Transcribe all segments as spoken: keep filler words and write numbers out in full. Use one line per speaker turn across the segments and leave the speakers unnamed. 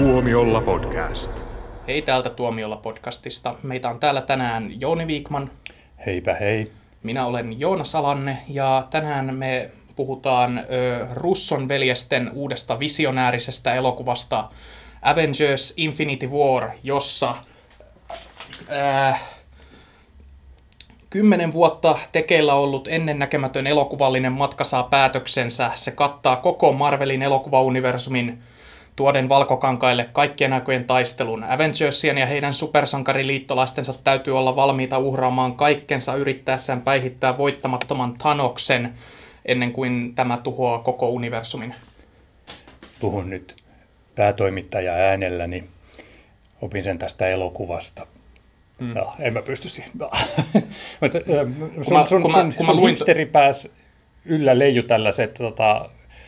Tuomiolla podcast.
Hei täältä Tuomiolla podcastista. Meitä on täällä tänään Jouni Viikman.
Heipä hei.
Minä olen Joona Salanne ja tänään me puhutaan ö, Russon veljesten uudesta visionäärisestä elokuvasta Avengers Infinity War, jossa äh, kymmenen vuotta tekeillä ollut ennennäkemätön elokuvallinen matka saa päätöksensä. Se kattaa koko Marvelin elokuvauniversumin tuoden valkokankaille kaikkien aikojen taistelun. Avengersien ja heidän supersankariliittolaistensa täytyy olla valmiita uhraamaan kaikkensa yrittäessään päihittää voittamattoman Thanoksen ennen kuin tämä tuhoaa koko universumin.
Puhun nyt päätoimittaja äänelläni. Opin sen tästä elokuvasta. Mm. No, en mä pysty siihen. No. sun sun, sun, sun, sun hipsteri pääsi yllä leiju tällaiset tota,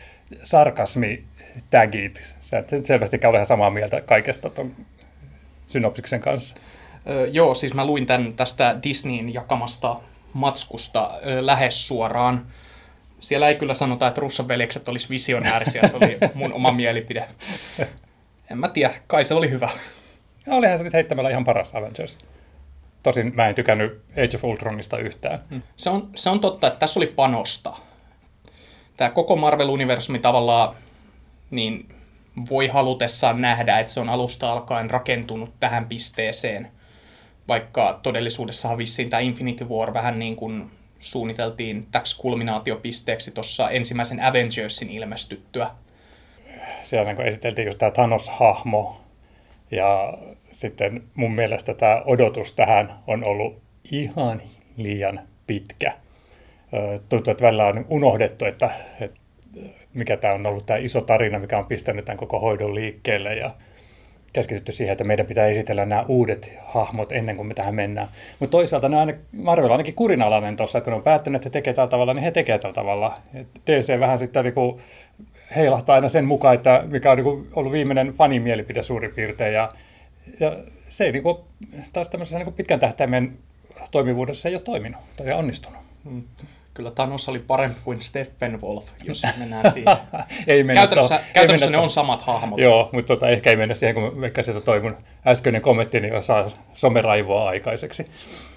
sarkasmi-tagit. Sä et selvästi ole ihan samaa mieltä kaikesta ton synopsiksen kanssa.
Öö, joo, siis mä luin tämän tästä Disneyn jakamasta matskusta öö, lähes suoraan. Siellä ei kyllä sanota, että Russon veljekset olisi visionäärisiä, se oli mun oma mielipide. En mä tiedä, kai se oli hyvä.
Ja olihan se nyt heittämällä ihan paras Avengers. Tosin mä en tykännyt Age of Ultronista yhtään.
Se on, se on totta, että tässä oli panosta. Tämä koko Marvel-universumi tavallaan niin voi halutessaan nähdä, että se on alusta alkaen rakentunut tähän pisteeseen. Vaikka todellisuudessahan vissiin tämä Infinity War vähän niin kuin suunniteltiin täksi kulminaatiopisteeksi tuossa ensimmäisen Avengersin ilmestyttyä.
Siellä niin esiteltiin just tämä Thanos-hahmo. Ja sitten mun mielestä tämä odotus tähän on ollut ihan liian pitkä. Tuntuu, että välillä on unohdettu, että, että mikä tämä on ollut tämä iso tarina, mikä on pistänyt tämän koko hoidon liikkeelle ja keskitytty siihen, että meidän pitää esitellä nämä uudet hahmot ennen kuin me tähän mennään. Mutta toisaalta ne aina, Marvel on ainakin kurinalainen tuossa, että kun on päättänyt, että he tekee tällä tavalla, niin he tekee tällä tavalla. Et D C vähän sitten niin kuin heilahtaa aina sen mukaan, että mikä on niin kuin ollut viimeinen fanin mielipide suurin piirtein. Ja, ja se ei niin kuin, taas tämmöisessä niin kuin pitkän tähtäimen toimivuudessa se ei ole toiminut tai onnistunut.
Hmm. Kyllä Thanos oli parempi kuin Steppenwolf, jos mennään siihen.
ei
käytännössä
to,
käytännössä
ei
ne to. on samat hahmot.
Joo, mutta tota, ehkä ei mennä siihen, kun vaikka sieltä toi mun äskeinen kommentti, niin saa someraivoa aikaiseksi.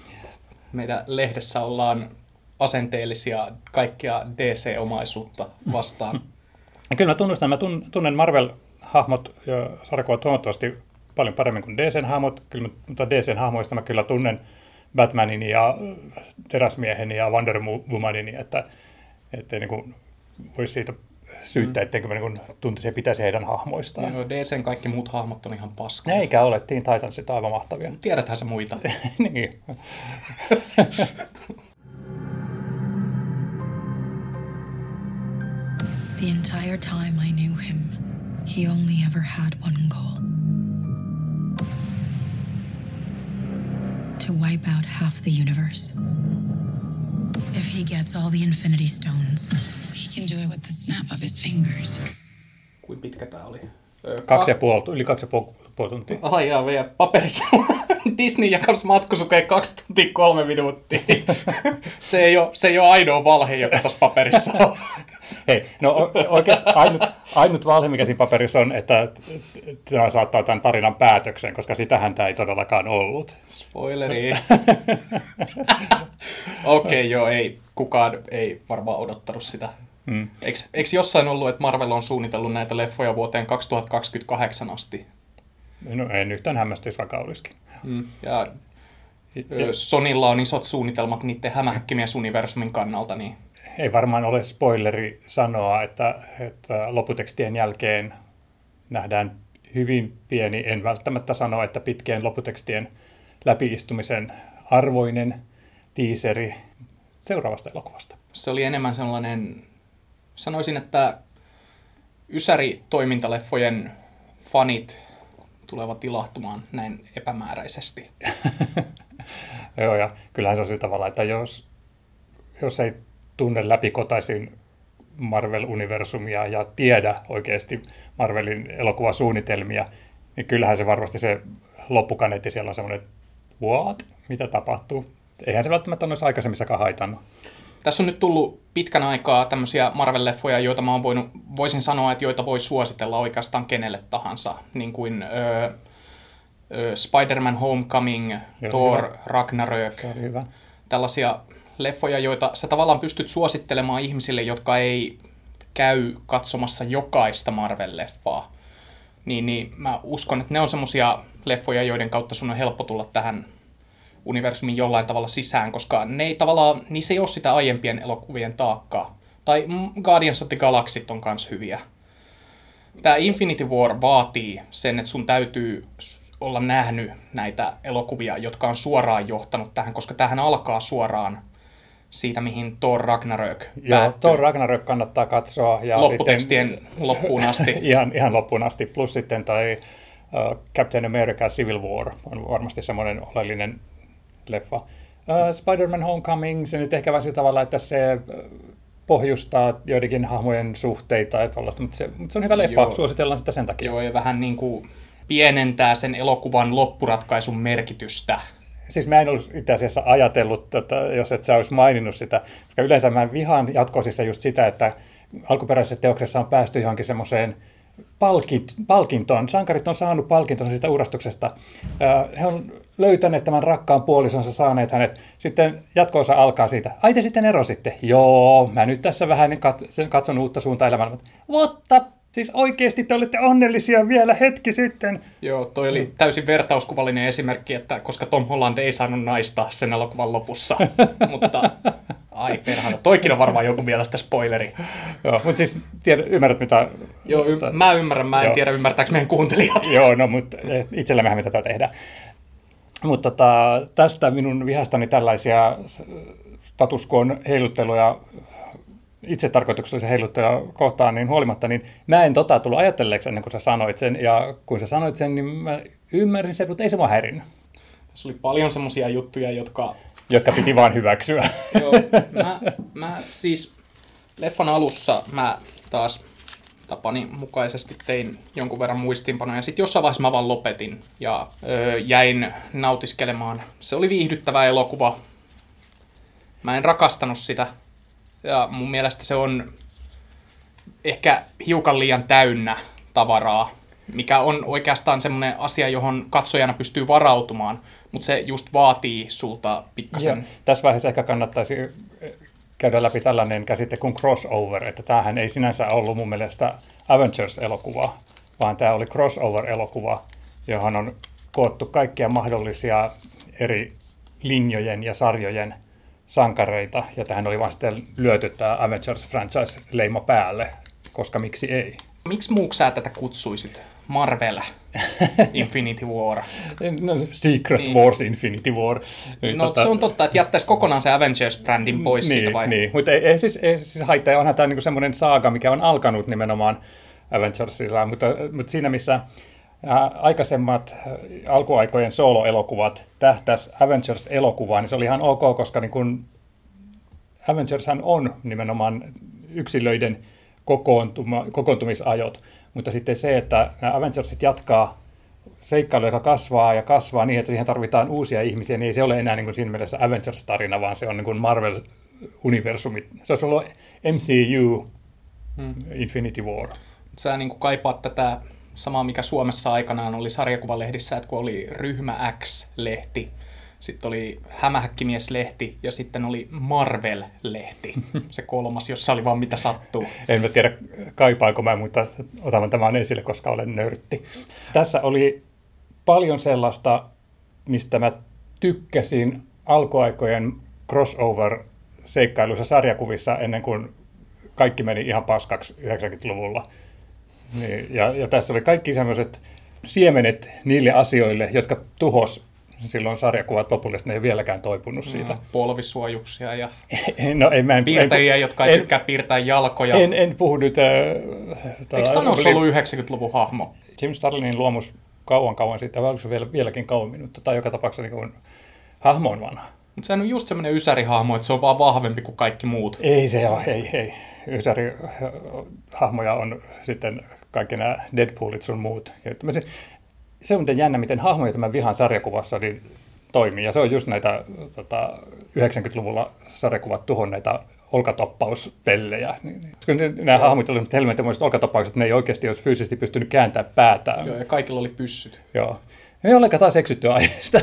Meidän lehdessä ollaan asenteellisia kaikkia D C-omaisuutta vastaan.
Kyllä mä tunnustan, mä tunnen Marvel-hahmot ja sarjakuvat huomattavasti paljon paremmin kuin D C-hahmot, kyllä, mutta D C-hahmoista mä kyllä tunnen Batmanin ja Teräsmiehen ja Wonder Womanin, että ei niin voisi siitä syyttää, etteikö mä niin tuntisi ja pitäisi heidän hahmoistaan.
No, D C:n kaikki muut hahmot on ihan paskoja.
Eikä ole, Teen Titansit aivan mahtavia.
Tiedäthän se muita.
niin.
The entire time I knew him, he only ever had one goal. To wipe out half the universe. If he gets all the Infinity Stones, he can do it with the snap of his fingers.
Kuin pitkä tää oli?
Kaksi ja puoli, yli kaksi ja puoli, puoli tuntia.
Ai jaa, meidän paperissa Disney jakamassa matkusukeen kaksi tuntia kolme minuuttia. se, ei ole, se ei ole ainoa valhe, joka tuossa paperissa on.
Hei, no oikeasti ainut, ainut valhe, mikä siinä paperissa on, että tämä saattaa tämän tarinan päätöksen, koska sitähän tämä ei todellakaan ollut.
Spoileri. Okei, okay, joo, ei, kukaan ei varmaan odottanut sitä. Hmm. Eikö, eikö jossain ollut, että Marvel on suunnitellut näitä leffoja vuoteen kaksituhattakaksikymmentäkahdeksan asti?
No en yhtään hämmästyisi, vaikka olisikin.
Hmm. Ja Sonylla on isot suunnitelmat niiden hämähäkkimies-universumin kannalta, niin
ei varmaan ole spoileri sanoa, että, että loputekstien jälkeen nähdään hyvin pieni, en välttämättä sano, että pitkien loputekstien läpiistumisen arvoinen tiiseri seuraavasta elokuvasta.
Se oli enemmän sellainen, sanoisin, että ysäri-toimintaleffojen fanit tulevat ilahtumaan näin epämääräisesti.
Joo, ja kyllähän se on sillä tavalla, että jos, jos ei tunne läpikotaisin Marvel-universumia ja tiedä oikeasti Marvelin elokuvasuunnitelmia, niin kyllähän se varmasti se loppukaneetti siellä on semmoinen, what? Mitä tapahtuu? Eihän se välttämättä olisi aikaisemmissakaan haitannut.
Tässä on nyt tullut pitkän aikaa tämmöisiä Marvel-leffoja, joita mä oon voinut voisin sanoa, että joita voi suositella oikeastaan kenelle tahansa, niin kuin ö, ö, Spider-Man Homecoming,
Joo,
Thor,
hyvä.
Ragnarök,
Hyvä.
tällaisia leffoja, joita sä tavallaan pystyt suosittelemaan ihmisille, jotka ei käy katsomassa jokaista Marvel-leffaa. Niin, niin mä uskon, että ne on semmosia leffoja, joiden kautta sun on helppo tulla tähän universumiin jollain tavalla sisään, koska ne ei tavallaan, niissä ei ole sitä aiempien elokuvien taakkaa. Tai Guardians of the Galaxy on kans hyviä. Tämä Infinity War vaatii sen, että sun täytyy olla nähnyt näitä elokuvia, jotka on suoraan johtanut tähän, koska tähän alkaa suoraan siitä, mihin Thor Ragnarök
Joo,
päättyy.
Thor Ragnarök kannattaa katsoa. Ja
lopputekstien
sitten,
loppuun asti.
ihan, ihan loppuun asti. Plus sitten tai uh, Captain America Civil War on varmasti semmoinen oleellinen leffa. Uh, Spider-Man Homecoming, se nyt ehkä vähän sillä tavalla, että se pohjustaa joidenkin hahmojen suhteita, ja tollaista, mutta, se, mutta se on hyvä leffa,
Joo.
Suositellaan sitä sen takia.
Joo, ja vähän niin kuin pienentää sen elokuvan loppuratkaisun merkitystä.
Siis mä en olisi itse asiassa ajatellut, että jos et sä olisi maininnut sitä, koska yleensä mä vihaan jatkoisissa just sitä, että alkuperäisessä teoksessa on päästy johonkin semmoiseen palkit, palkintoon. Sankarit on saanut palkintonsa siitä urastuksesta. He on löytäneet tämän rakkaan puolisonsa, saaneet hänet. Sitten jatko-osa alkaa siitä. Ai te sitten erositte? Joo, mä nyt tässä vähän kat- katson uutta suuntaa elämällä. Mutta siis oikeasti te olette onnellisia vielä hetki sitten.
Joo, toi oli täysin vertauskuvallinen esimerkki, että koska Tom Holland ei saanut naista sen elokuvan lopussa. Mutta ai perhana, toikin on varmaan joku mielestä spoileri.
Joo, mutta siis tiedä, ymmärrät mitä...
Joo, y- mä ymmärrän, mä en
Joo.
tiedä ymmärtääkö meidän kuuntelijat.
Joo, no mutta itsellämmehän me tätä tehdään. Mutta tota, tästä minun vihastani tällaisia status quoon heilutteluja, itsetarkoituksellisia heilutteluja kohtaan, niin huolimatta, niin mä en tota tullut ajatelleeksi ennen kuin sä sanoit sen, ja kun sä sanoit sen, niin mä ymmärsin sen, mutta ei se mua häirinnyt.
Tässä oli paljon semmosia juttuja, jotka...
Jotka piti vaan hyväksyä.
Joo, mä, mä siis leffan alussa mä taas tapani mukaisesti tein jonkun verran muistiinpanoja, ja sitten jossain vaiheessa mä vaan lopetin ja öö, jäin nautiskelemaan. Se oli viihdyttävä elokuva. Mä en rakastanut sitä, ja mun mielestä se on ehkä hiukan liian täynnä tavaraa, mikä on oikeastaan semmoinen asia, johon katsojana pystyy varautumaan, mutta se just vaatii sulta pikkasen.
Joo, tässä vaiheessa ehkä kannattaisi käydä läpi tällainen käsite kuin crossover, että tämähän ei sinänsä ollut mun mielestä Avengers-elokuva, vaan tämä oli crossover-elokuva, johon on koottu kaikkia mahdollisia eri linjojen ja sarjojen sankareita, ja tähän oli vaan sitten lyöty tämä Avengers-franchise-leima päälle, koska miksi ei?
Miksi muuksi sä tätä kutsuisit? Marvel, Infinity War.
No, Secret
Niin.
Wars, Infinity War. Niin,
No se on totta, että jättäisi kokonaan se Avengers-brändin pois
niin,
siitä vai?
Niin, mutta ei, ei siis, ei siis haittaa, onhan tämä niinku semmoinen saaga, mikä on alkanut nimenomaan Avengersilla, mutta, mutta siinä missä ää, aikaisemmat ää, alkuaikojen solo-elokuvat tähtäisi Avengers-elokuvaan, niin se oli ihan ok, koska niin kun Avengershan on nimenomaan yksilöiden kokoontuma, kokoontumisajot, mutta sitten se, että nämä Avengersit jatkaa seikkailu, joka kasvaa ja kasvaa niin, että siihen tarvitaan uusia ihmisiä, niin ei se ole enää niin kuin siinä mielessä Avengers-tarina, vaan se on niin kuin Marvel-universumi. Se olisi ollut M C U, hmm. Infinity War.
Sä niin kuin kaipaat tätä samaa, mikä Suomessa aikanaan oli sarjakuvalehdissä, että kun oli Ryhmä X-lehti, sitten oli Hämähäkkimies-lehti ja sitten oli Marvel-lehti, se kolmas, jossa oli vaan mitä sattuu.
En mä tiedä kaipaanko mä, mutta otan tämän esille, koska olen nörtti. Tässä oli paljon sellaista, mistä mä tykkäsin alkuaikojen crossover-seikkailuissa sarjakuvissa ennen kuin kaikki meni ihan paskaksi yhdeksänkymmentäluvulla. Niin, ja, ja tässä oli kaikki sellaiset siemenet niille asioille, jotka tuhos silloin sarjakuvat lopullisesti, ne ei vieläkään toipunut siitä.
No, polvisuojuksia ja
no, ei, mä en,
piirtäjiä,
en,
jotka ei
en,
tykkää piirtää jalkoja.
En, en puhu nyt... Äh,
Eikö Thanos ollut yhdeksänkymmentäluvun hahmo?
Jim Starlinin luomus kauan kauan sitten, vai oliko se vielä, vieläkin kauemmin, mutta tai joka tapauksessa niin kuin, hahmo on vanha.
Mutta sehän on just semmoinen ysärihahmo, että se on vaan vahvempi kuin kaikki muut.
Ei se ole, ei, ei. Ysärihahmoja on sitten kaikki nämä Deadpoolit sun muut. Se on miten jännä, miten hahmoja tämän vihan sarjakuvassa, niin toimii. Ja se on just näitä tota, yhdeksänkymmentäluvulla sarjakuvat tuhonneita olkatoppauspellejä. Nämä hahmot olivat helmettömäiset olkatoppaukset, ne ei oikeasti olisi fyysisesti pystynyt kääntämään päätään.
Joo, ja kaikilla oli pyssyt.
Joo. Ei ollenkaan taas eksytty aiheesta.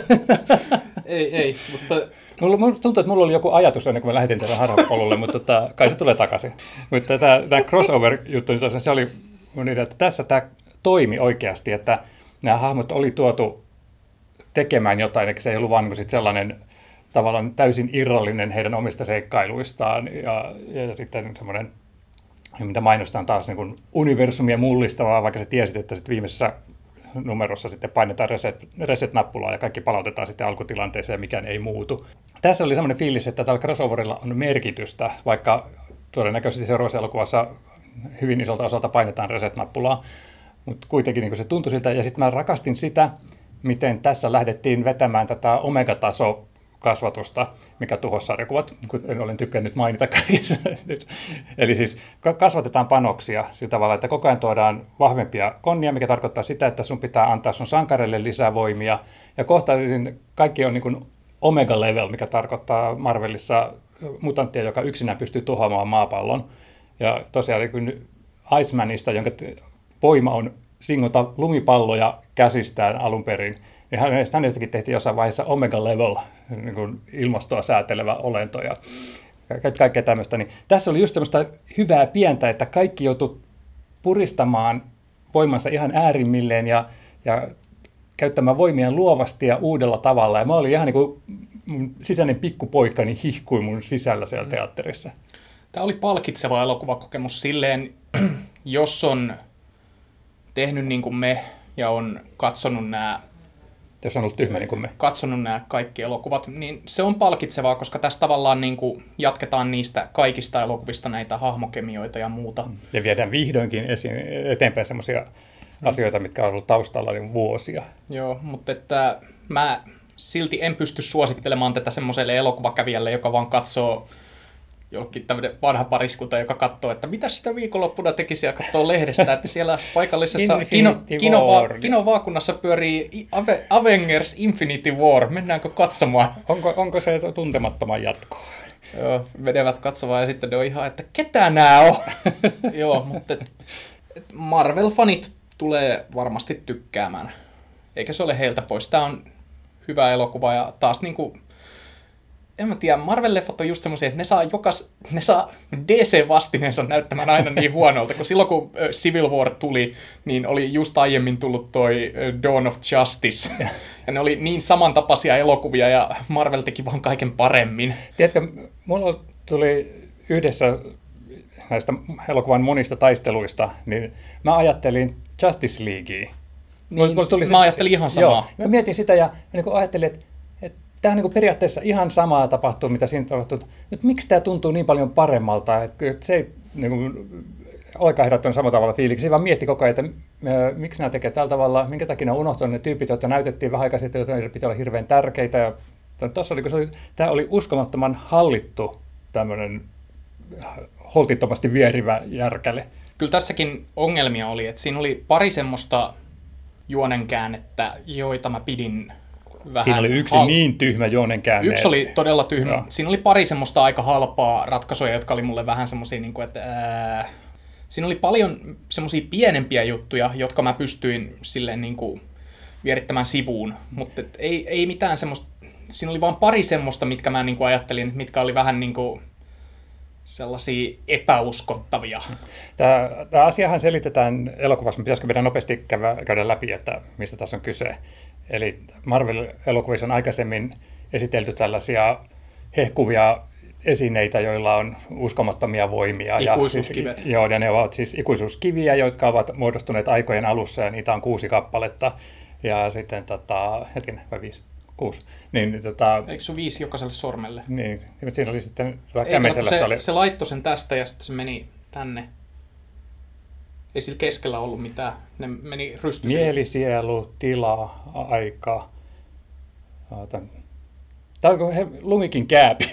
ei, ei, mutta...
Mulla, mulla tuntuu, että mulla oli joku ajatus ennen kuin mä lähetin tätä harhapolulle, mutta tota, kai se tulee takaisin. Mutta tämä, tämä crossover-juttu, se oli mun idea, että tässä tämä toimi oikeasti, että nämä hahmot oli tuotu tekemään jotain, eikä se ei ollut vaan sit sellainen tavallaan täysin irrallinen heidän omista seikkailuistaan ja, ja sitten semmoinen, mitä mainostaan taas niin kuin universumia mullistavaa, vaikka sä tiesit, että sit viimeisessä numerossa sitten painetaan reset, reset-nappulaa ja kaikki palautetaan sitten alkutilanteeseen ja mikään ei muutu. Tässä oli semmoinen fiilis, että tällä crossoverilla on merkitystä, vaikka todennäköisesti seuraavassa elokuvassa hyvin isolta osalta painetaan reset-nappulaa, mutta kuitenkin niin se tuntui siltä. Ja sitten mä rakastin sitä, miten tässä lähdettiin vetämään tätä omega-taso kasvatusta, mikä tuhosi sarjakuvat, kuten olen tykkännyt mainita kaikissa. Eli siis kasvatetaan panoksia sillä tavalla, että koko ajan tuodaan vahvempia konnia, mikä tarkoittaa sitä, että sun pitää antaa sun sankareille lisää voimia. Ja kohta kaikki on niin kuin omega-level, mikä tarkoittaa Marvelissa mutanttia, joka yksinään pystyy tuhoamaan maapallon. Ja tosiaan niin Icemanista, jonka voima on singota lumipalloja käsistään alun perin, niin hänestäkin tehtiin jossain vaiheessa omega-level, niin kuin ilmastoa säätelevä olento ja kaikkea tämmöistä. Niin tässä oli just semmoista hyvää pientä, että kaikki joutui puristamaan voimansa ihan äärimmilleen ja, ja käyttämään voimia luovasti ja uudella tavalla. Ja mä olin ihan niin kuin mun sisäinen pikkupoikani hihkui mun sisällä siellä teatterissa.
Tämä oli palkitseva elokuvakokemus silleen, jos on tehnyt niin kuin me ja on katsonut nämä
jos on ollut tyhmä niin kuin me.
katsonut nämä kaikki elokuvat, niin se on palkitsevaa, koska tässä tavallaan niin kuin jatketaan niistä kaikista elokuvista näitä hahmokemioita ja muuta.
Ja viedään vihdoinkin esiin, eteenpäin sellaisia mm. asioita, mitkä on ollut taustalla niin vuosia.
Joo, mutta että mä silti en pysty suosittelemaan tätä semmoiselle elokuvakävijälle, joka vaan katsoo jollekin tämmöinen vanha pariskunta, joka katsoo, että mitä sitä viikonloppuna tekisi ja katsoo lehdestä, että siellä paikallisessa kino, kino, kinovaakunnassa pyörii Avengers Infinity War. Mennäänkö katsomaan?
Onko, onko se tuntemattoman jatkoa?
Joo, menevät katsomaan ja sitten ne on ihan, että ketä nää on? Joo, mutta et, et Marvel-fanit tulee varmasti tykkäämään. Eikä se ole heiltä pois. Tämä on hyvä elokuva ja taas niinku en mä tiedä, Marvel-leffat on just semmoisia, että ne saa, jokas, ne saa D C-vastineensa näyttämään aina niin huonolta, kun silloin kun Civil War tuli, niin oli just aiemmin tullut toi Dawn of Justice, ja ne oli niin samantapaisia elokuvia, ja Marvel teki vaan kaiken paremmin.
Tiedätkö, mulla tuli yhdessä näistä elokuvan monista taisteluista, niin mä ajattelin Justice Leaguea.
Niin, tuli mä ajattelin ihan samaa.
Joo, mä mietin sitä ja niin ajattelin, että tämä on niin periaatteessa ihan samaa tapahtuu, mitä siinä tapahtuu. Nyt miksi tämä tuntuu niin paljon paremmalta? Että se ei niin olekaan herättänyt samalla tavalla fiiliksi. Se vaan mietti koko ajan, että miksi nämä tekee tällä tavalla, minkä takia ne on unohtunut ne tyypit, joita näytettiin vähän aikaa sitten, joita piti olla hirveän tärkeitä. Ja tossa oli, se oli, tämä oli uskomattoman hallittu tämmöinen holtittomasti vierivä järkäle.
Kyllä tässäkin ongelmia oli, että siinä oli pari semmoista juonenkäännettä, joita mä pidin vähän.
Siinä oli yksi hal- niin tyhmä juonenkäänne.
Yksi oli todella tyhmä. Joo. Siinä oli pari semmoista aika halpaa ratkaisuja, jotka oli mulle vähän semmoisia, niin kuin, että ää... siinä oli paljon semmoisia pienempiä juttuja, jotka mä pystyin silleen niin kuin vierittämään sivuun, mutta ei, ei mitään semmoista. Siinä oli vain pari semmoista, mitkä mä niin kuin ajattelin, mitkä oli vähän niin kuin sellaisia epäuskottavia.
Tämä, tämä asiahan selitetään elokuvassa, pitäisikö meidän nopeasti käydä, käydä läpi, että mistä tässä on kyse. Eli Marvel-elokuvissa on aikaisemmin esitelty tällaisia hehkuvia esineitä, joilla on uskomattomia voimia.
Ikuisuuskivet.
Ja, joo, ja ne ovat siis ikuisuuskiviä, jotka ovat muodostuneet aikojen alussa, ja niitä on kuusi kappaletta. Ja sitten, tota, hetken, vai viisi? Kuusi. Niin, tota,
eikö se ole viisi jokaiselle sormelle?
Niin, mutta siinä oli sitten
kämesellä. Se, oli... se laittoi sen tästä ja sitten se meni tänne. Ei sillä keskellä ollut mitään. Ne meni rystysille.
Mieli, sielu, tila, aika. Tämä onko he, lumikin kääpi?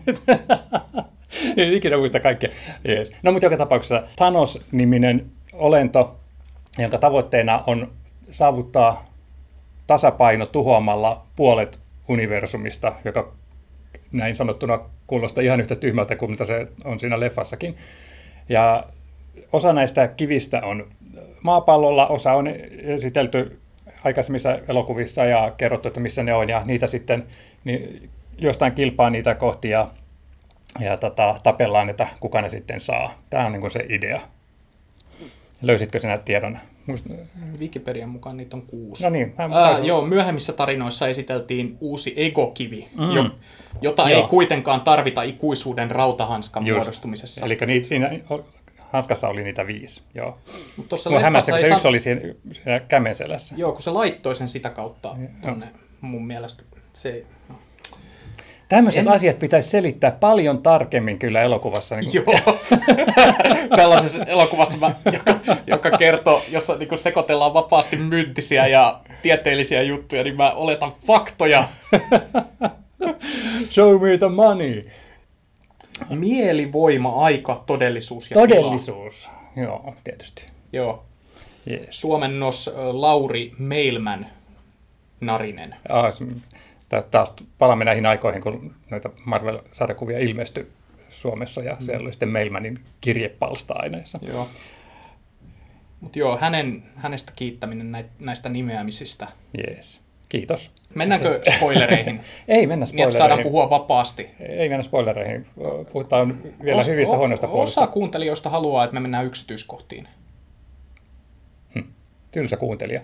Ei ikinä muista kaikkea. Yes. No mutta joka tapauksessa Thanos-niminen olento, jonka tavoitteena on saavuttaa tasapaino tuhoamalla puolet Marvel-universumista, joka näin sanottuna kuulostaa ihan yhtä tyhmältä kuin mitä se on siinä leffassakin. Ja osa näistä kivistä on maapallolla, osa on esitelty aikaisemmissa elokuvissa ja kerrottu, että missä ne on, ja niitä sitten niin jostain kilpaa niitä kohti ja, ja tota, tapellaan, että kuka ne sitten saa. Tämä on niin kuin se idea. Löysitkö sinä tiedon?
Wikipedian mukaan niitä on kuusi.
No niin.
Ää, joo, myöhemmissä tarinoissa esiteltiin uusi Ego-kivi, mm. jo, jota
joo.
ei kuitenkaan tarvita ikuisuuden rautahanskan
Just.
muodostumisessa.
Eli niitä, siinä hanskassa oli niitä viisi. Joo.
Mut tuossa
Mua hämmästi,
leffassa
se
ei
yksi
san...
oli siinä, siinä kämenselässä.
Joo, kun se laittoi sen sitä kautta tonne, mun mielestä. Se... No.
Tämmöiset
En...
asiat pitäisi selittää paljon tarkemmin kyllä elokuvassa. Niin kuin...
Joo, tällaisessa elokuvassa, mä, joka, joka kertoo, jossa niin kun sekoitellaan vapaasti myyntisiä ja tieteellisiä juttuja, niin mä oletan faktoja.
Show me the money.
Mielivoima, aika, todellisuus ja
Todellisuus, tila. Joo, tietysti.
Joo.
Yes.
Suomennos Lauri Meilmän Narinen.
Ah, taas palaamme näihin aikoihin, kun noita Marvel-sarjakuvia ilmestyi Suomessa, ja mm. siellä oli sitten Meilmänin kirjepalsta-aineissa.
Joo. Mutta joo, hänen, hänestä kiittäminen näistä nimeämisistä.
Jees. Kiitos.
Mennäänkö spoilereihin?
Ei mennä spoilereihin.
Niin, saadaan puhua vapaasti.
Ei mennä spoilereihin. Puhutaan vielä
Os,
hyvistä
o,
huonoista puolista.
Osa kuuntelijoista haluaa, että me mennään yksityiskohtiin.
Hm. Tylsä kuuntelija.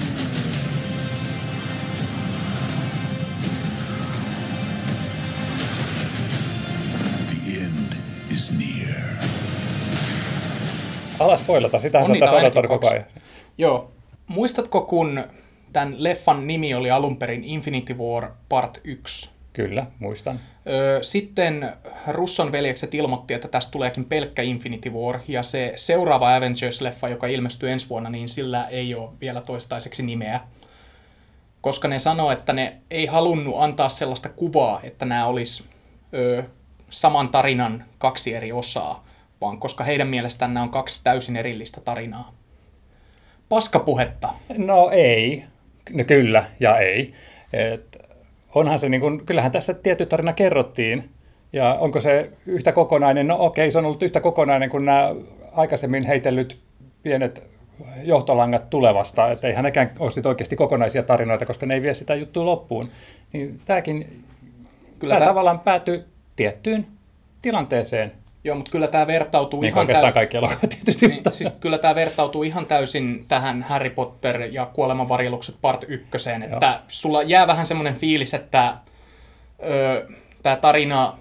Ala spoilata, sitähän sä tässä odotan koko ajan.
Joo. Muistatko, kun tämän leffan nimi oli alun perin Infinity War Part yksi?
Kyllä, muistan.
Sitten Russon veljekset ilmoitti, että tästä tuleekin pelkkä Infinity War, ja se seuraava Avengers-leffa, joka ilmestyy ensi vuonna, niin sillä ei ole vielä toistaiseksi nimeä. Koska ne sanoo, että ne ei halunnut antaa sellaista kuvaa, että nämä olisi ö, saman tarinan kaksi eri osaa, vaan koska heidän mielestään nämä on kaksi täysin erillistä tarinaa. Paskapuhetta.
No ei. No kyllä ja ei. Et onhan se niin kuin, kyllähän tässä tietty tarina kerrottiin. Ja onko se yhtä kokonainen? No okei, se on ollut yhtä kokonainen kuin nämä aikaisemmin heitellyt pienet johtolangat tulevasta. Että eihän nekään ole sit oikeasti kokonaisia tarinoita, koska ne ei vie sitä juttua loppuun. Niin tämäkin kyllä tämä tavallaan päätyy tiettyyn tilanteeseen.
Joo, mutta kyllä tämä vertautuu
niin
ihan
oikeastaan täy... kaikki elokuvat tietysti.
Niin, siis kyllä tämä vertautuu ihan täysin tähän Harry Potter ja kuolemanvarjelukset part ykköseen, että Joo. sulla jää vähän semmoinen fiilis, että ö, tämä tarina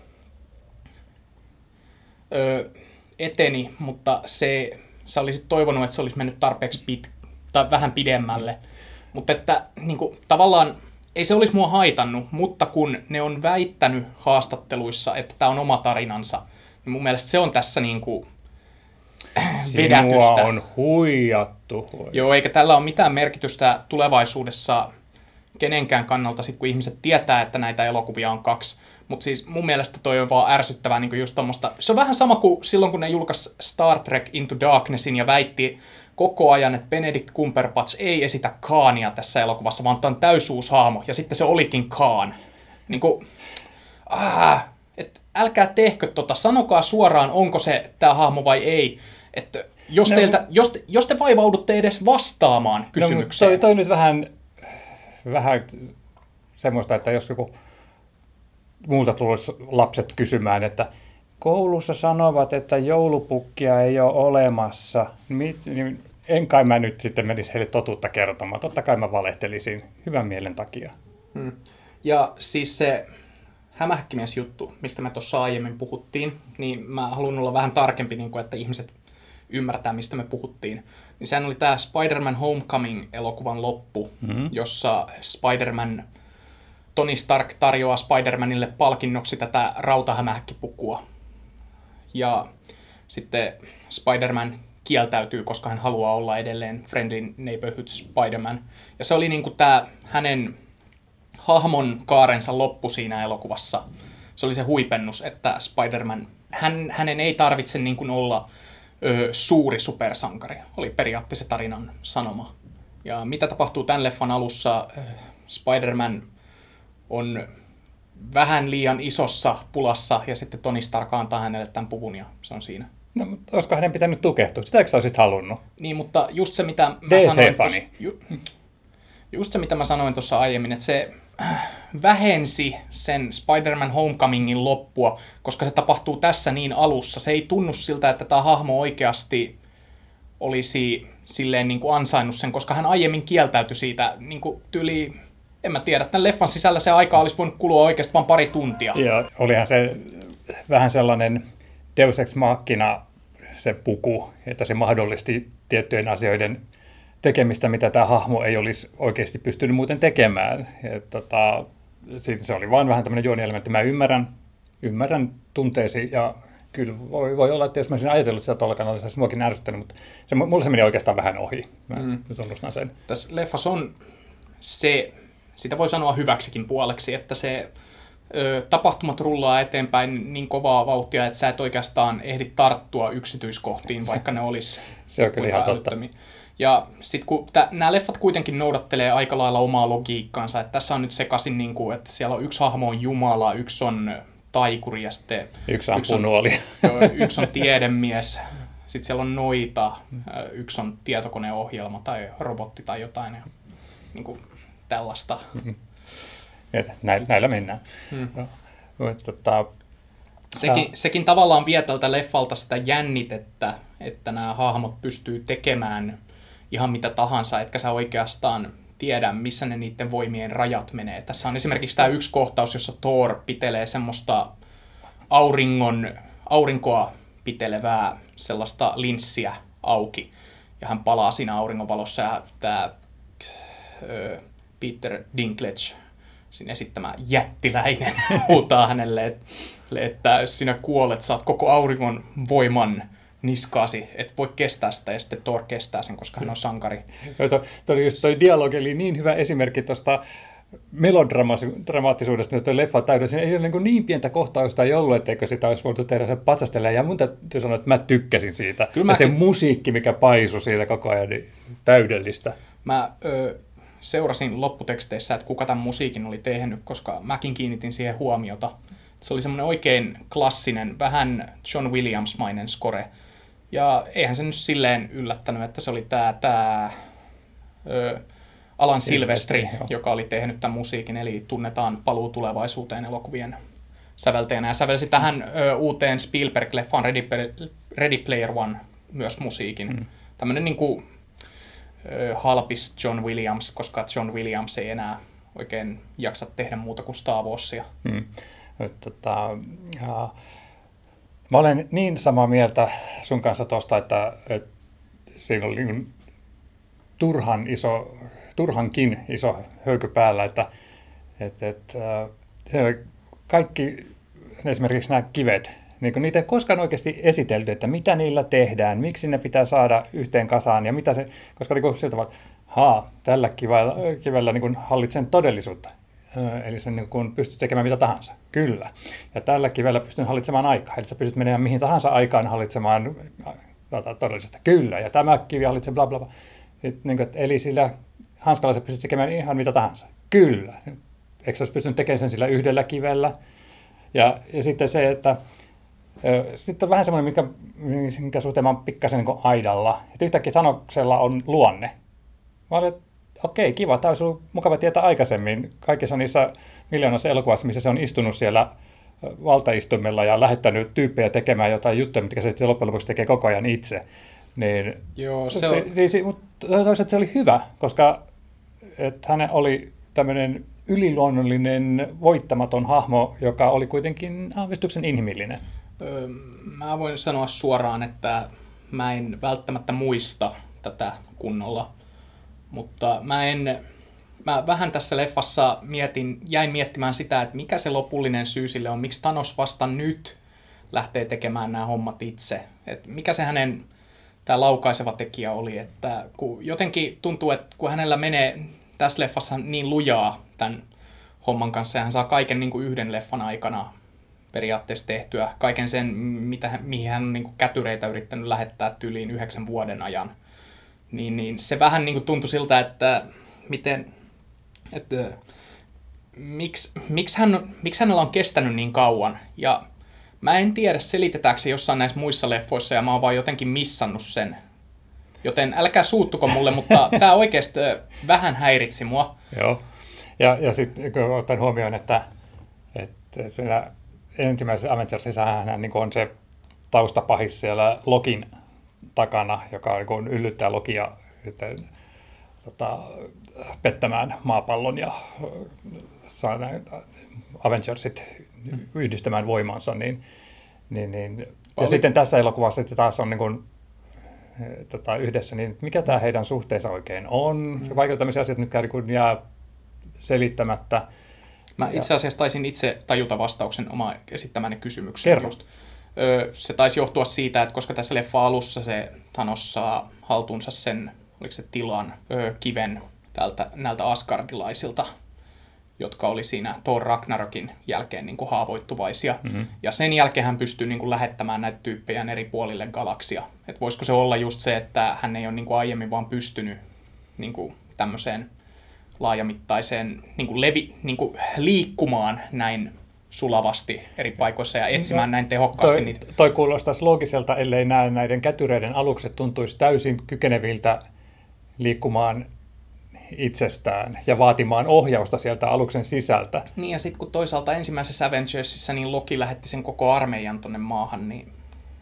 ö, eteni, mutta se, sä olisit toivonut, että se olisi mennyt tarpeeksi pit, tai vähän pidemmälle. Mutta että niin kuin, tavallaan ei se olisi mua haitannut, mutta kun ne on väittänyt haastatteluissa, että tämä on oma tarinansa, niin mun mielestä se on tässä niin kuin vedätystä.
Sinua on huijattu.
Joo, eikä tällä ole mitään merkitystä tulevaisuudessa kenenkään kannalta, sit kun ihmiset tietää, että näitä elokuvia on kaksi. Mutta siis mun mielestä toi on vaan ärsyttävää niin kuin just tommoista. Se on vähän sama kuin silloin, kun ne julkaisi Star Trek Into Darknessin ja väitti koko ajan, että Benedict Cumberbatch ei esitä Khania tässä elokuvassa, vaan tämä on täysuushahmo. Ja sitten se olikin Khan. Niin kuin, ah, et älkää tehkö tota, sanokaa suoraan, onko se tämä hahmo vai ei. Että jos, no, teiltä, jos, jos te vaivaudutte edes vastaamaan kysymykseen.
No, toi, toi nyt vähän, vähän semmoista, että jos joku muulta tulisi lapset kysymään, että koulussa sanovat, että joulupukkia ei ole olemassa, niin en kai mä nyt sitten menisi heille totuutta kertomaan. Totta kai mä valehtelisin hyvän mielen takia.
Hmm. Ja siis se hämähäkkimies-juttu, mistä me tuossa aiemmin puhuttiin, niin mä haluan olla vähän tarkempi, niin kuin, että ihmiset ymmärtää, mistä me puhuttiin. Niin sehän oli tämä Spider-Man Homecoming-elokuvan loppu, mm-hmm. jossa Spider-Man, Tony Stark tarjoaa Spider-Manille palkinnoksi tätä rautahämähäkkipukua. Ja sitten Spider-Man kieltäytyy, koska hän haluaa olla edelleen Friendly Neighborhood Spider-Man. Ja se oli niin kuin tämä hänen hahmon kaarensa loppu siinä elokuvassa. Se oli se huipennus, että Spider-Man, hän, hänen ei tarvitse niin kuin olla ö, suuri supersankari. Oli periaatteessa tarinan sanoma. Ja mitä tapahtuu tämän leffan alussa? Spider-Man on vähän liian isossa pulassa, ja sitten Tony Stark antaa hänelle tämän puvun, ja se on siinä.
No, mutta olisiko hänen pitänyt tukehtua? Sitä eikö sä olisit halunnut?
Niin, mutta just se, mitä mä
D
sanoin...
C-fani.
Ju, just se, mitä mä sanoin tuossa aiemmin, että se vähensi sen Spider-Man Homecomingin loppua, koska se tapahtuu tässä niin alussa. Se ei tunnu siltä, että tämä hahmo oikeasti olisi silleen niin kuin ansainnut sen, koska hän aiemmin kieltäytyi siitä niin kuin tyyli... En mä tiedä, tämän leffan sisällä se aika olisi voinut kulua oikeasti vain pari tuntia.
Ja olihan se vähän sellainen Deus Ex Machina se puku, että se mahdollisti tiettyjen asioiden tekemistä, mitä tämä hahmo ei olisi oikeasti pystynyt muuten tekemään. Ja, tota, se oli vain vähän tämmöinen juonielementti. Mä ymmärrän, ymmärrän tunteesi ja kyllä voi, voi olla, että jos mä olisin ajatellut sitä tuolla kannalta, se olisi muakin ärsyttänyt, mutta se, mulle se meni oikeastaan vähän ohi. Mä mm. tunnustan sen.
Tässä leffassa on se... Sitä voi sanoa hyväksikin puoleksi, että se ö, tapahtumat rullaa eteenpäin niin kovaa vauhtia, että sä et oikeastaan ehdi tarttua yksityiskohtiin, vaikka ne olisi
se on kyllä ihan totta.
Ja sitten kun nämä leffat kuitenkin noudattelee aika lailla omaa logiikkaansa, että tässä on nyt sekaisin, niin kuin, että siellä on yksi hahmo on Jumala, yksi on taikuri ja sitten
yksi, yksi on nuoli.
Yksi on tiedemies, sitten siellä on noita, yksi on tietokoneohjelma tai robotti tai jotain. Ja, niin kuin, tällaista.
Mm-hmm. Näillä, näillä mennään. Mm. Tota,
sekin, sekin tavallaan vie tältä leffalta sitä jännitettä, että nämä hahmot pystyy tekemään ihan mitä tahansa, etkä sä oikeastaan tiedä, missä ne niiden voimien rajat menee. Tässä on esimerkiksi tämä yksi kohtaus, jossa Thor pitelee semmoista auringon, aurinkoa pitelevää sellaista linssiä auki, ja hän palaa siinä auringonvalossa, ja tämä Öö, Peter Dinklage, siinä esittämä jättiläinen, huutaa hänelle, että sinä kuolet, saat koko auringon voiman niskaasi, et voi kestää sitä, ja sitten Thor kestää sen, koska hän on sankari.
Tuo dialogi oli niin hyvä esimerkki tuosta melodramaattisuudesta, nyt tuo leffa täyden. Siinä ei ole niin, niin pientä kohtausta ei ollut, etteikö sitä olisi voitu tehdä sen patsastella. Ja mun täytyy sanoa, että mä tykkäsin siitä. Kyllä ja se musiikki, mikä paisui siitä koko ajan, niin täydellistä.
Mä ö, seurasin lopputeksteissä, että kuka tämän musiikin oli tehnyt, koska mäkin kiinnitin siihen huomiota. Se oli semmoinen oikein klassinen, vähän John Williams-mainen score. Ja eihän se nyt silleen yllättänyt, että se oli tää, tää ö, Alan Silvestri, joka oli tehnyt tämän musiikin, eli tunnetaan Paluu tulevaisuuteen -elokuvien säveltäjänä. Ja sävelsi tähän ö, uuteen Spielberg-leffaan Ready, Ready Player One myös musiikin. Mm. Tämmöinen niin kuin ö, halpis John Williams, koska John Williams ei enää oikein jaksa tehdä muuta kuin Star Warsia.
Mm. Tota, ja, mä olen niin samaa mieltä sun kanssa tuosta, että, että siinä oli niin turhan iso, turhankin iso höyky päällä, että, että, että se oli kaikki, esimerkiksi nämä kivet, niin niitä ei koskaan oikeasti esitelty, että mitä niillä tehdään, miksi ne pitää saada yhteen kasaan, ja mitä se, koska niin siltä vaan, haa, tällä kivellä, kivellä niin hallitsen todellisuutta. Eli sen niin kun pystyt tekemään mitä tahansa. Kyllä. Ja tällä kivellä pystyn hallitsemaan aikaa. Eli sä pystyt menemään mihin tahansa aikaan hallitsemaan tota, todellisuutta. Kyllä. Ja tämä kivi hallitsee bla bla bla. Nyt, niin kun, eli sillä hanskalla sä pystyt tekemään ihan mitä tahansa. Kyllä. Eikö sä olisi pystynyt tekemään sen sillä yhdellä kivellä? Ja, ja sitten se, että sitten on vähän semmoinen, mikä, mikä suhteen mä oon pikkasen niin aidalla. Että yhtäkkiä Thanoksella on luonne. Mä olin, okei, kiva. Tämä olisi ollut mukava tietää aikaisemmin. Kaikissa niissä miljoonassa elokuvassa, missä se on istunut siellä valtaistumella ja lähettänyt tyyppejä tekemään jotain juttuja, mitkä se loppujen lopuksi tekee koko ajan itse. Niin,
Joo, se on...
se, se, mutta toisaalta se oli hyvä, koska että hän oli tämmöinen yliluonnollinen, voittamaton hahmo, joka oli kuitenkin aavistuksen inhimillinen.
Öö, mä voin sanoa suoraan, että mä en välttämättä muista tätä kunnolla. Mutta mä en, mä vähän tässä leffassa mietin, jäin miettimään sitä, että mikä se lopullinen syy sille on, miksi Thanos vasta nyt lähtee tekemään nämä hommat itse. Et mikä se hänen tämä laukaiseva tekijä oli, että kun jotenkin tuntuu, että kun hänellä menee tässä leffassa niin lujaa tämän homman kanssa, ja hän saa kaiken niin kuin yhden leffan aikana periaatteessa tehtyä, kaiken sen, mitä, mihin hän on niin kuin kätyreitä yrittänyt lähettää tyyliin yhdeksän vuoden ajan. Niin, niin se vähän niin kuin tuntui siltä, että miten, että miksi, miksi, hän, miksi hänellä on kestänyt niin kauan. Ja mä en tiedä, selitetäänkö se jossain näissä muissa leffoissa, ja mä oon vaan jotenkin missannut sen. Joten älkää suuttuko mulle, mutta tämä oikeasti vähän häiritsi mua.
Joo, ja, ja sitten kun otan huomioon, että, että siinä ensimmäisessä Avengersissa hän niin on se taustapahis siellä Lokin takana, joka niin yllyttää Lokia sitten, tota, pettämään maapallon ja saa näin Avengersit yhdistämään voimansa. Niin, niin, niin. Ja sitten tässä elokuvassa että taas on niin kuin, tota, yhdessä, niin mikä tämä heidän suhteensa oikein on? Se vaikuttaa tämmöisiä asioita, mitkä niin jää selittämättä.
Mä itse asiassa taisin itse tajuta vastauksen oma esittämäni kysymykseen. Just. Se taisi johtua siitä, että koska tässä leffa alussa se Thanos saa haltuunsa sen, oliko se tilan, kiven tältä, näiltä asgardilaisilta, jotka oli siinä Thor Ragnarokin jälkeen niin kuin haavoittuvaisia. Mm-hmm. Ja sen jälkeen hän pystyy niin kuin lähettämään näitä tyyppejä eri puolille galaksia. Et voisiko se olla just se, että hän ei ole niin kuin aiemmin vaan pystynyt niin kuin tämmöiseen laajamittaiseen niin kuin levi, niin kuin liikkumaan näin sulavasti eri paikoissa ja etsimään no, näin tehokkaasti
toi,
niitä. Toi
kuulostaisi loogiselta, ellei näin näiden kätyreiden alukset tuntuisi täysin kykeneviltä liikkumaan itsestään ja vaatimaan ohjausta sieltä aluksen sisältä.
Niin ja sitten kun toisaalta ensimmäisessä Avengersissa niin Loki lähetti sen koko armeijan tonne maahan, niin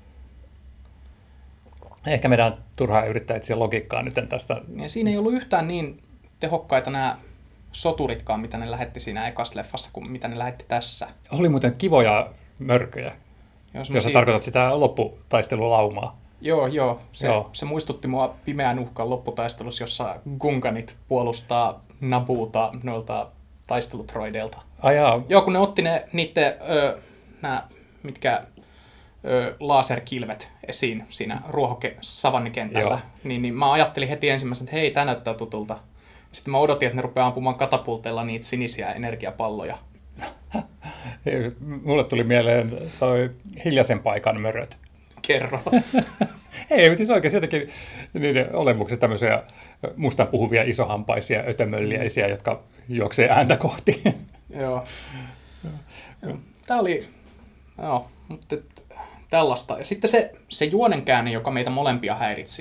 ehkä meidän turhaa yrittää etsiä logiikkaa nyt tästä. Ja
siinä ei ollut yhtään niin tehokkaita nämä soturitkaan, mitä ne lähetti siinä ekassa leffassa, kuin mitä ne lähetti tässä.
Oli muuten kivoja mörköjä, jos sä tarkoitat sitä lopputaistelulaumaa.
Joo, joo. Se, joo. se muistutti mua Pimeän uhkan lopputaistelussa, jossa Gunganit puolustaa Nabuuta noilta taistelutroideilta.
Ai jaa.
Joo, kun ne otti ne niiden, ö, nää, mitkä ö, laserkilvet esiin siinä ruohosavannikentällä, niin, niin mä ajattelin heti ensimmäisenä, että hei, tää näyttää tutulta. Sitten mä odotin, että ne rupeaa ampumaan katapulteilla niitä sinisiä energiapalloja.
Mulle tuli mieleen toi Hiljaisen paikan möröt.
Kerro.
Ei, siis oikein jotenkin niiden olemukset tämmöisiä mustan puhuvia isohampaisia ötömölliäisiä, jotka juoksee ääntä kohti.
Joo. Tämä oli, joo, mutta tällaista. Ja sitten se, se juonenkäänne, joka meitä molempia häiritsi.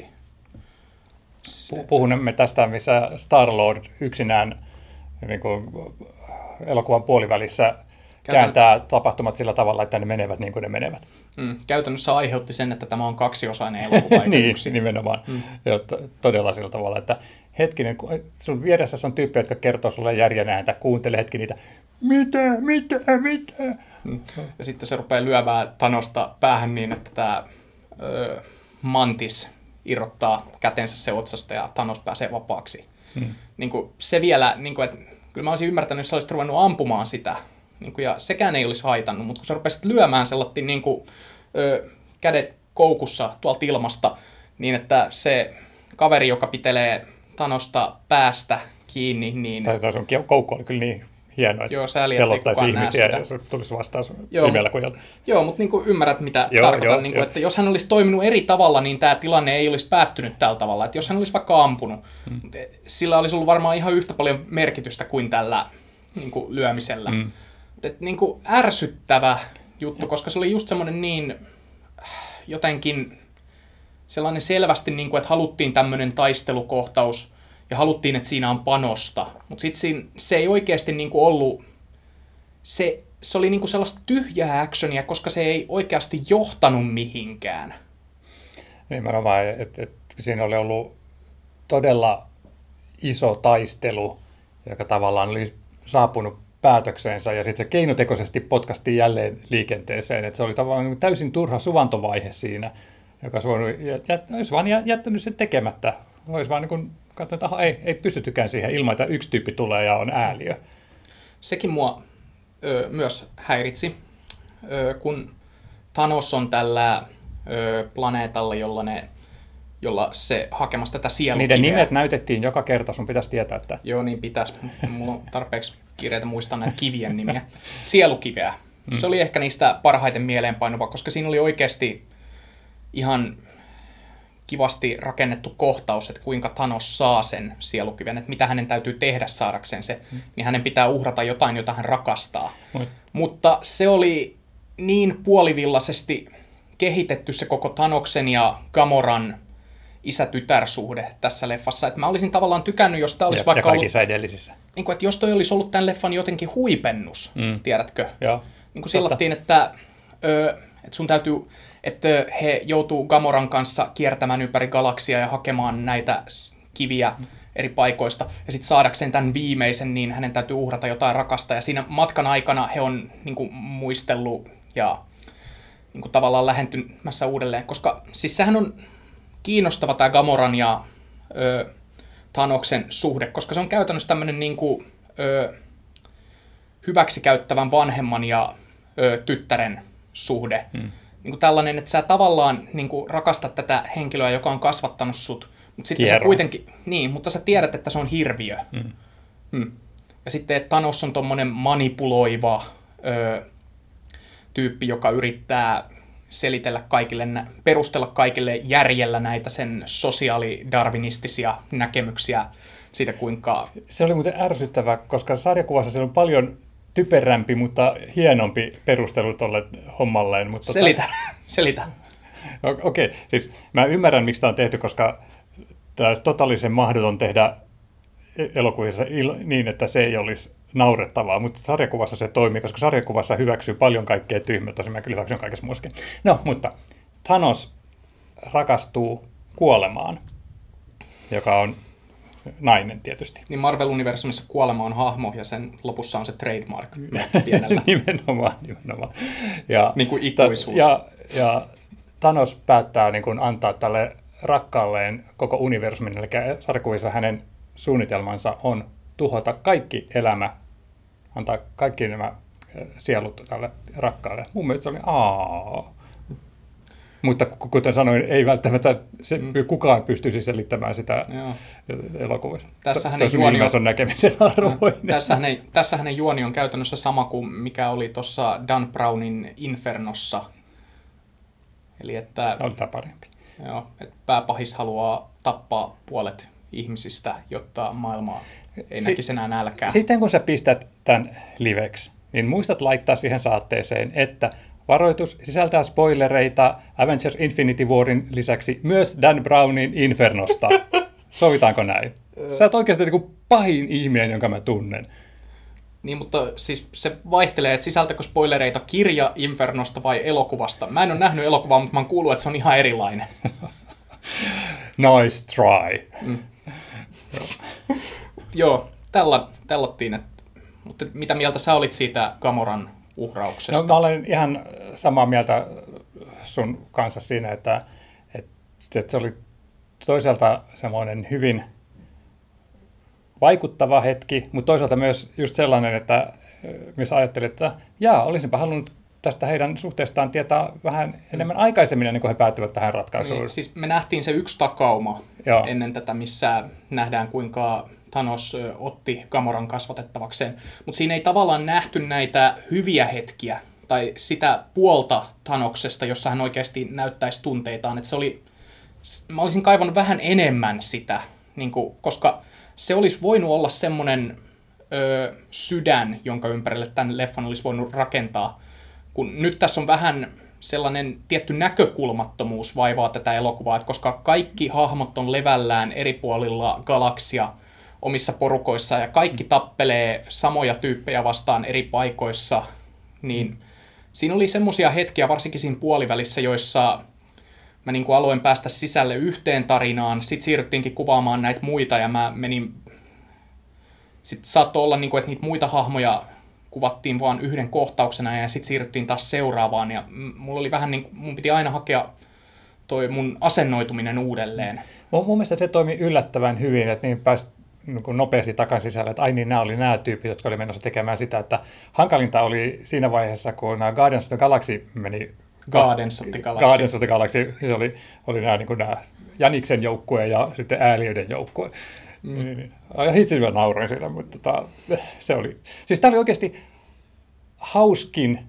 Se... Puhumme tästä, missä Star-Lord yksinään niin kuin elokuvan puolivälissä kääntää tapahtumat sillä tavalla, että ne menevät niin kuin ne menevät.
Mm, käytännössä aiheutti sen, että tämä on kaksiosainen elokuva.
Niin, nimenomaan. Mm. Ja todella sillä tavalla, että hetkinen, sun vieressä on tyyppejä, jotka kertoo sulle järjen ääntä, kuuntele hetki niitä, mitä, mitä, mitä.
Mm. Ja sitten se rupeaa lyömään Thanosta päähän niin, että tämä ö, mantis irrottaa kätensä se otsasta ja Thanos pääsee vapaaksi. Mm. Niin kuin se vielä, niin kuin, että kyllä mä olisin ymmärtänyt, jos sä olisit ruvennut ampumaan sitä, niin kuin, ja sekään ei olisi haitannut, mutta kun sä rupesit lyömään sellainen niin kuin, ö, kädet koukussa tuolta ilmasta, niin että se kaveri, joka pitelee Thanosta päästä kiinni, niin...
Tai sun koukku oli kyllä niin hieno, että
joo,
pelottaisi ihmisiä ja tulisi vastaus pimeällä kujalla.
Joo, mutta niin kuin ymmärrät, mitä joo, tarkoitan. Joo, niin kuin, että jos hän olisi toiminut eri tavalla, niin tämä tilanne ei olisi päättynyt tällä tavalla. Että jos hän olisi vaikka ampunut, hmm. sillä olisi ollut varmaan ihan yhtä paljon merkitystä kuin tällä niin kuin lyömisellä. Hmm. Et, niin kuin ärsyttävä juttu, koska se oli just semmoinen niin jotenkin sellainen selvästi, niin kuin, että haluttiin tämmöinen taistelukohtaus ja haluttiin, että siinä on panosta. Mutta sitten se ei oikeasti niin kuin ollut, se, se oli niin kuin sellaista tyhjää actionia, koska se ei oikeasti johtanut mihinkään.
Nimenomaan, että et, siinä oli ollut todella iso taistelu, joka tavallaan oli saapunut päätökseensä ja sitten se keinotekoisesti potkastiin jälleen liikenteeseen. Että se oli tavallaan täysin turha suvantovaihe siinä, joka olisi vaan jättänyt sen tekemättä. Olisi vaan niin kuin katsonut, että ei, ei pystytykään siihen ilman, että yksi tyyppi tulee ja on ääliö.
Sekin mua ö, myös häiritsi, ö, kun Thanos on tällä ö, planeetalla, jolla, ne, jolla se hakemassa tätä sielukiveä.
Niiden nimet näytettiin joka kerta, sun pitäisi tietää, että...
Joo, niin pitäisi. Mulla on tarpeeksi kiireitä muistaa näitä kivien nimiä. Sielukiveä. Se oli ehkä niistä parhaiten mieleenpainuva, koska siinä oli oikeasti ihan kivasti rakennettu kohtaus, että kuinka Thanos saa sen sielukiven, että mitä hänen täytyy tehdä saadakseen se, mm. niin hänen pitää uhrata jotain, jota hän rakastaa. Mm. Mutta se oli niin puolivillaisesti kehitetty se koko Thanoksen ja Gamoran isä-tytär-suhde tässä leffassa, että mä olisin tavallaan tykännyt, jos tämä olisi
ja,
vaikka
ja
ollut...
edellisissä.
Niin kuin, että jos toi olisi ollut tämän leffan jotenkin huipennus, mm. tiedätkö?
Joo.
Niin kuin sillattiin, että, ö, että sun täytyy, että he joutuu Gamoran kanssa kiertämään ympäri galaksia ja hakemaan näitä kiviä mm. eri paikoista, ja sitten saadakseen tämän viimeisen, niin hänen täytyy uhrata jotain rakasta, ja siinä matkan aikana he on niin kuin, muistellut ja niin kuin, tavallaan lähentymässä uudelleen, koska siis sehän on kiinnostava tämä Gamoran ja ö, Thanoksen suhde, koska se on käytännössä tämmöinen niin kuin, ö, hyväksikäyttävän vanhemman ja ö, tyttären suhde. Hmm. Niin kuin tällainen, että sä tavallaan niin kuin rakastat tätä henkilöä, joka on kasvattanut sut, mutta sitten sä kuitenkin, niin, mutta sä tiedät, että se on hirviö. Hmm. Hmm. Ja sitten, että Thanos on tommonen manipuloiva ö, tyyppi, joka yrittää selitellä kaikille, perustella kaikille järjellä näitä sen sosiaalidarwinistisia näkemyksiä siitä, kuinka...
Se oli muuten ärsyttävää, koska sarjakuvassa siellä on paljon typerämpi, mutta hienompi perustelu tolle hommalleen. Mutta
selitä, ta... selitä.
Okei, okay. Siis mä ymmärrän, miksi tämä on tehty, koska tämä olisi totaalisen mahdoton tehdä elokuvissa niin, että se ei olisi naurettavaa, mutta sarjakuvassa se toimii, koska sarjakuvassa hyväksyy paljon kaikkea tyhmää, tosin mä kyllä hyväksyn kaikessa muussakin. No, mutta Thanos rakastuu kuolemaan, joka on nainen tietysti.
Niin Marvel-universumissa kuolema on hahmo ja sen lopussa on se trademark pienellä.
nimenomaan, nimenomaan. Ja,
niin kuin ikuisuus.
Ja, ja Thanos päättää niin kuin antaa tälle rakkaalleen koko universumin, eli sarjakuvissa hänen suunnitelmansa on tuhota kaikki elämä, antaa kaikki nämä sielut tälle rakkaalle. Mun mielestä se oli aa. Mutta kuten sanoin, ei välttämättä se, mm. kukaan pystyisi selittämään sitä
Joo.
elokuvissa.
Tässä hänen juoni on,
on näkemisen arvoinen.
Tässä hänen, tässä hänen juoni on käytännössä sama kuin mikä oli tuossa Dan Brownin Infernossa. Eli että,
oli tämä parempi.
Joo, että pääpahis haluaa tappaa puolet ihmisistä, jotta maailmaa ei si- näkisi enää nälkää.
Sitten kun sä pistät tämän liveksi, niin muistat laittaa siihen saatteeseen, että varoitus sisältää spoilereita Avengers Infinity Warin lisäksi myös Dan Brownin Infernosta. Sovitaanko näin? Sä oot oikeasti niin kuin pahin ihminen, jonka mä tunnen.
Niin, mutta siis se vaihtelee, että sisältäkö spoilereita kirja Infernosta vai elokuvasta. Mä en ole nähnyt elokuvaa, mutta mä oon kuullut, että se on ihan erilainen.
Nice try. Mm.
Joo, tällä, tällattiin. Että, mutta mitä mieltä sä olit siitä Gamoran uhrauksesta?
No, mä olen ihan samaa mieltä sun kanssa siinä, että, että, että se oli toisaalta semmoinen hyvin vaikuttava hetki, mutta toisaalta myös just sellainen, että myös ajattelin, että jaa, olisinpa halunnut tästä heidän suhteestaan tietää vähän enemmän aikaisemmin, ennen kuin he päättyvät tähän ratkaisuun.
Niin, siis me nähtiin se yksi takauma Joo. ennen tätä, missä nähdään, kuinka Thanos otti Gamoran kasvatettavakseen. Mutta siinä ei tavallaan nähty näitä hyviä hetkiä, tai sitä puolta Thanoksesta, jossa hän oikeasti näyttäisi tunteitaan. Että se oli, mä olisin kaivannut vähän enemmän sitä, niin kuin, koska se olisi voinut olla semmoinen ö, sydän, jonka ympärille tämän leffan olisi voinut rakentaa. Kun nyt tässä on vähän sellainen tietty näkökulmattomuus vaivaa tätä elokuvaa, että koska kaikki hahmot on levällään eri puolilla galaksia omissa porukoissa ja kaikki tappelee samoja tyyppejä vastaan eri paikoissa, niin mm. siinä oli semmoisia hetkiä, varsinkin siinä puolivälissä, joissa mä niin kuin aloin päästä sisälle yhteen tarinaan, sitten siirryttiinkin kuvaamaan näitä muita ja mä menin, sitten saattoi olla, niin kuin, että niitä muita hahmoja kuvattiin vaan yhden kohtauksena ja sitten siirryttiin taas seuraavaan ja mulla oli vähän niin, mun piti aina hakea toi mun asennoituminen uudelleen.
Mun, mun mielestä se toimi yllättävän hyvin, että niin pääsi niin nopeasti takaisin sisälle, että ai niin, nämä oli nämä tyypit, jotka oli menossa tekemään sitä, että hankalinta oli siinä vaiheessa, kun nämä Guardians of the Galaxy meni
Guardians of the Galaxy.
Guardians of the Galaxy. Se oli, oli nämä, niin kuin nämä Janiksen joukkue ja sitten ääliöiden joukkue. Mm. Niin, niin. Itse mä nauroin siinä, mutta tota, se oli... Siis tämä oli oikeasti hauskin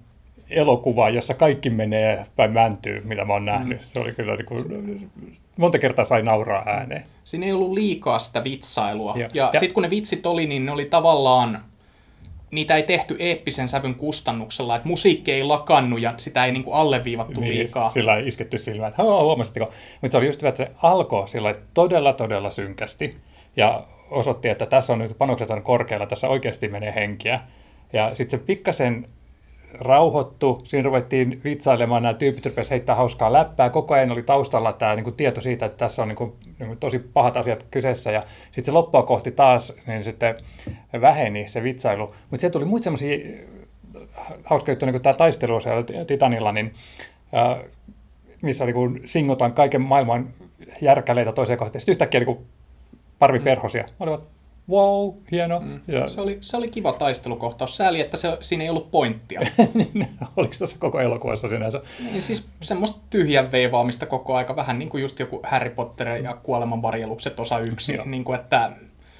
elokuvaa, jossa kaikki menee päin mäntyy, mitä mä oon nähnyt. Mm. Se oli kyllä niin kuin, monta kertaa sai nauraa ääneen.
Siinä ei ollut liikaa sitä vitsailua. Ja, ja,
ja
sitten kun ne vitsit oli, niin ne oli tavallaan, niitä ei tehty eeppisen sävyn kustannuksella, että musiikki ei lakannut ja sitä ei niin kuin alleviivattu
niin,
liikaa.
Sillä ei isketty silmään, että huomasitteko. Mutta se oli just hyvä, että se alkoi sillä todella, todella synkästi ja osoitti, että tässä on nyt panokset on korkealla, tässä oikeasti menee henkiä. Ja sitten se pikkasen rauhoittu, siinä ruvettiin vitsailemaan, nämä tyypit rupesivat heittää hauskaa läppää, koko ajan oli taustalla tämä niin kuin tieto siitä, että tässä on niin kuin, niin kuin tosi pahat asiat kyseessä, ja sitten se loppua kohti taas, niin sitten väheni se vitsailu, mutta se tuli muita semmoisia hauskoja juttuja, niin kuin tämä taistelu siellä Titanilla, niin, äh, missä niin kuin singotaan kaiken maailman järkäleitä toiseen kohtaan, sitten yhtäkkiä niin kuin parviperhosia, mm. olivat wow, hieno. Mm.
Ja se, oli, se oli kiva taistelukohtaus. Sääli, että se, siinä ei ollut pointtia.
Oliko tuossa koko elokuvassa sinänsä?
Niin, siis semmoista tyhjän veivaamista koko aika. Vähän niin kuin just joku Harry Potter ja kuolemanvarjelukset osa yksi. Niin kuin, että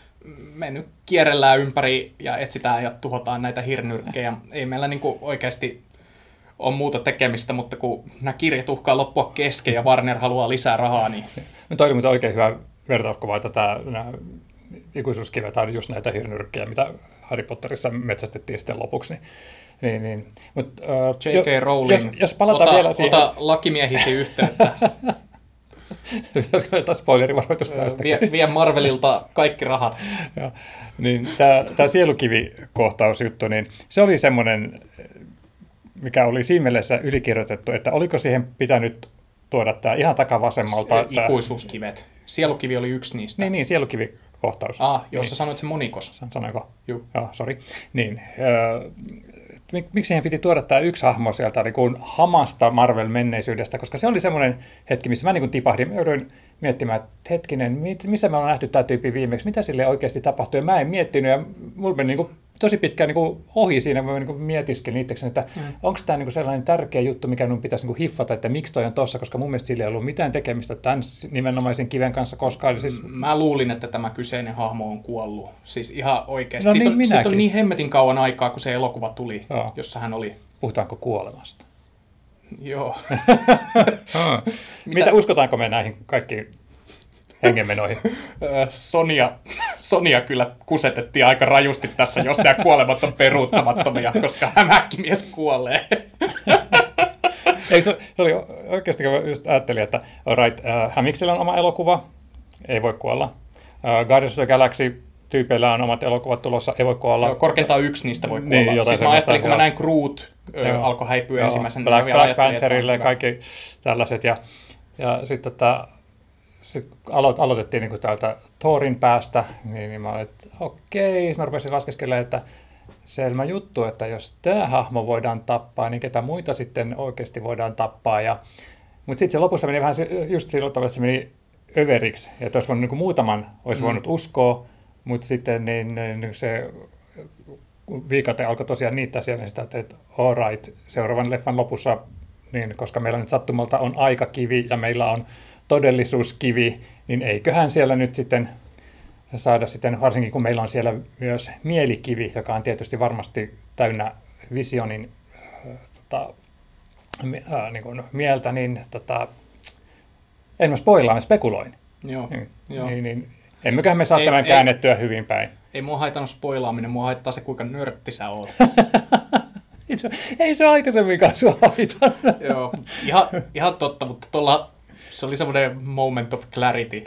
me nyt kierrellään ympäri ja etsitään ja tuhotaan näitä hirnyrkkejä. Ei meillä niin kuin oikeasti ole muuta tekemistä, mutta kun nämä kirjat uhkaa loppua kesken ja Warner haluaa lisää rahaa, niin...
No toi oli oikein hyvä vertauskuva, että tämä... ikuisuuskivet on just näitä hirnyrkkejä, mitä Harry Potterissa metsästettiin sitten lopuksi. Niin, niin. Mut, uh,
J K. Rowling,
jos, jos palataan
ota,
vielä siihen...
ota lakimiehisi yhteyttä.
Pitäisikö jotain spoilerivaroitusta tästä?
Vie, vie Marvelilta kaikki rahat.
Ja, niin, tämä sielukivi-kohtausjuttu, niin se oli semmoinen, mikä oli siinä mielessä ylikirjoitettu, että oliko siihen pitänyt tuoda tämä ihan takavasemmalta.
Se, ikuisuuskivet. Sielukivi oli yksi niistä.
Niin, niin sielukivi. Kohtaus.
Ah, jos
niin.
Sä sanoit se monikos.
Sanoinko?
Joo.
Ah, sori. Niin. Öö, mik, miksi siihen piti tuoda tämä yksi hahmo sieltä niin kuin hamasta Marvel-menneisyydestä, koska se oli semmoinen hetki, missä mä niin kuin tipahdin, jouduin miettimään, että hetkinen, missä me ollaan nähty tämä tyyppi viimeksi, mitä sille oikeasti tapahtui, ja mä en miettinyt, ja mulla meni niin kuin tosi pitkään niin kuin ohi siinä, mä niin kuin mietiskelin itsekseni, että mm. onko tämä niin kuin sellainen tärkeä juttu, mikä minun pitäisi niin kuin hiffata, että miksi toi on tossa, koska mun mielestä sillä ei ollut mitään tekemistä tämän nimenomaisen kiven kanssa koskaan. Siis...
Mä luulin, että tämä kyseinen hahmo on kuollut. Siis ihan oikeasti.
No,
siitä,
niin
on, siitä on niin hemmetin kauan aikaa, kun se elokuva tuli, Joo. jossa hän oli.
Puhutaanko kuolemasta?
Joo.
Mitä? Mitä uskotaanko me näihin kaikkiin hengenmenoihin?
Sonia, Sonia kyllä kusetettiin aika rajusti tässä, jos nämä kuolemat on peruuttamattomia, koska hämähäkkimies kuolee.
Ei, se, se oli oikeasti, kun just ajattelin, että right, uh, Hämiksellä on oma elokuva, ei voi kuolla. Uh, Guardians of the Galaxy tyypeillä on omat elokuvat tulossa, ei voi kuolla.
Joo, korkeintaan yksi niistä voi kuolla. Niin, siis mä ajattelin, kun mä näin Groot alkoi häipyä ensimmäisen.
Black, Black Pantherille kaikki tällaiset. Ja, ja sitten tota, sit alo- aloitettiin niin kuin täältä Thorin päästä, niin, niin mä olin, että okei, mä rupesin laskeskelemaan, että selvä juttu, että jos tämä hahmo voidaan tappaa, niin ketä muita sitten oikeasti voidaan tappaa. Ja, mutta sitten se lopussa meni vähän just sillä tavalla, että se meni överiksi, että olisi voinut niin kuin muutaman olisi mm. voinut uskoa, mutta sitten niin, niin se viikate alkoi tosiaan niittää siellä sitä, että all right, seuraavan leffan lopussa, niin koska meillä nyt sattumalta on aikakivi ja meillä on todellisuuskivi, niin eiköhän siellä nyt sitten saada sitten, varsinkin kun meillä on siellä myös mielikivi, joka on tietysti varmasti täynnä Visionin äh, tota, äh, niin kuin mieltä, niin tota, en mä spoilaa, mä spekuloin.
Joo,
niin,
joo.
Niin, niin, emmeköhän me saa ei, tämän ei, käännettyä hyvin päin.
Ei mua haitannut spoilaaminen, mua haittaa se, kuinka nörtti sä oot.
ei, se, ei se aikaisemminkaan sua haitannut.
Joo, ihan, ihan totta, mutta tuolla se oli semmoinen moment of clarity,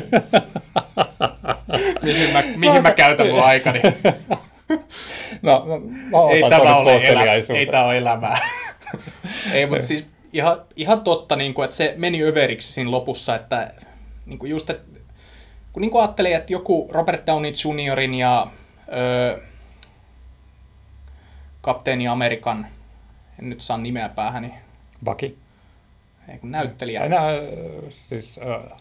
mihin mä, mihin mä käytän mun aikani.
No, mä, mä
ei tämä ole, elä, ei tämä ole elämää. Ei, mutta siis ihan, ihan totta, niin kuin, että se meni överiksi siinä lopussa, että niin kuin just, että, kun niin kuin ajattelin, että joku Robert Downey juniorin ja öö, Kapteeni Amerikan, en nyt saa nimeä päähäni.
Bucky.
Ei kun näyttelijä.
Aina, siis, uh,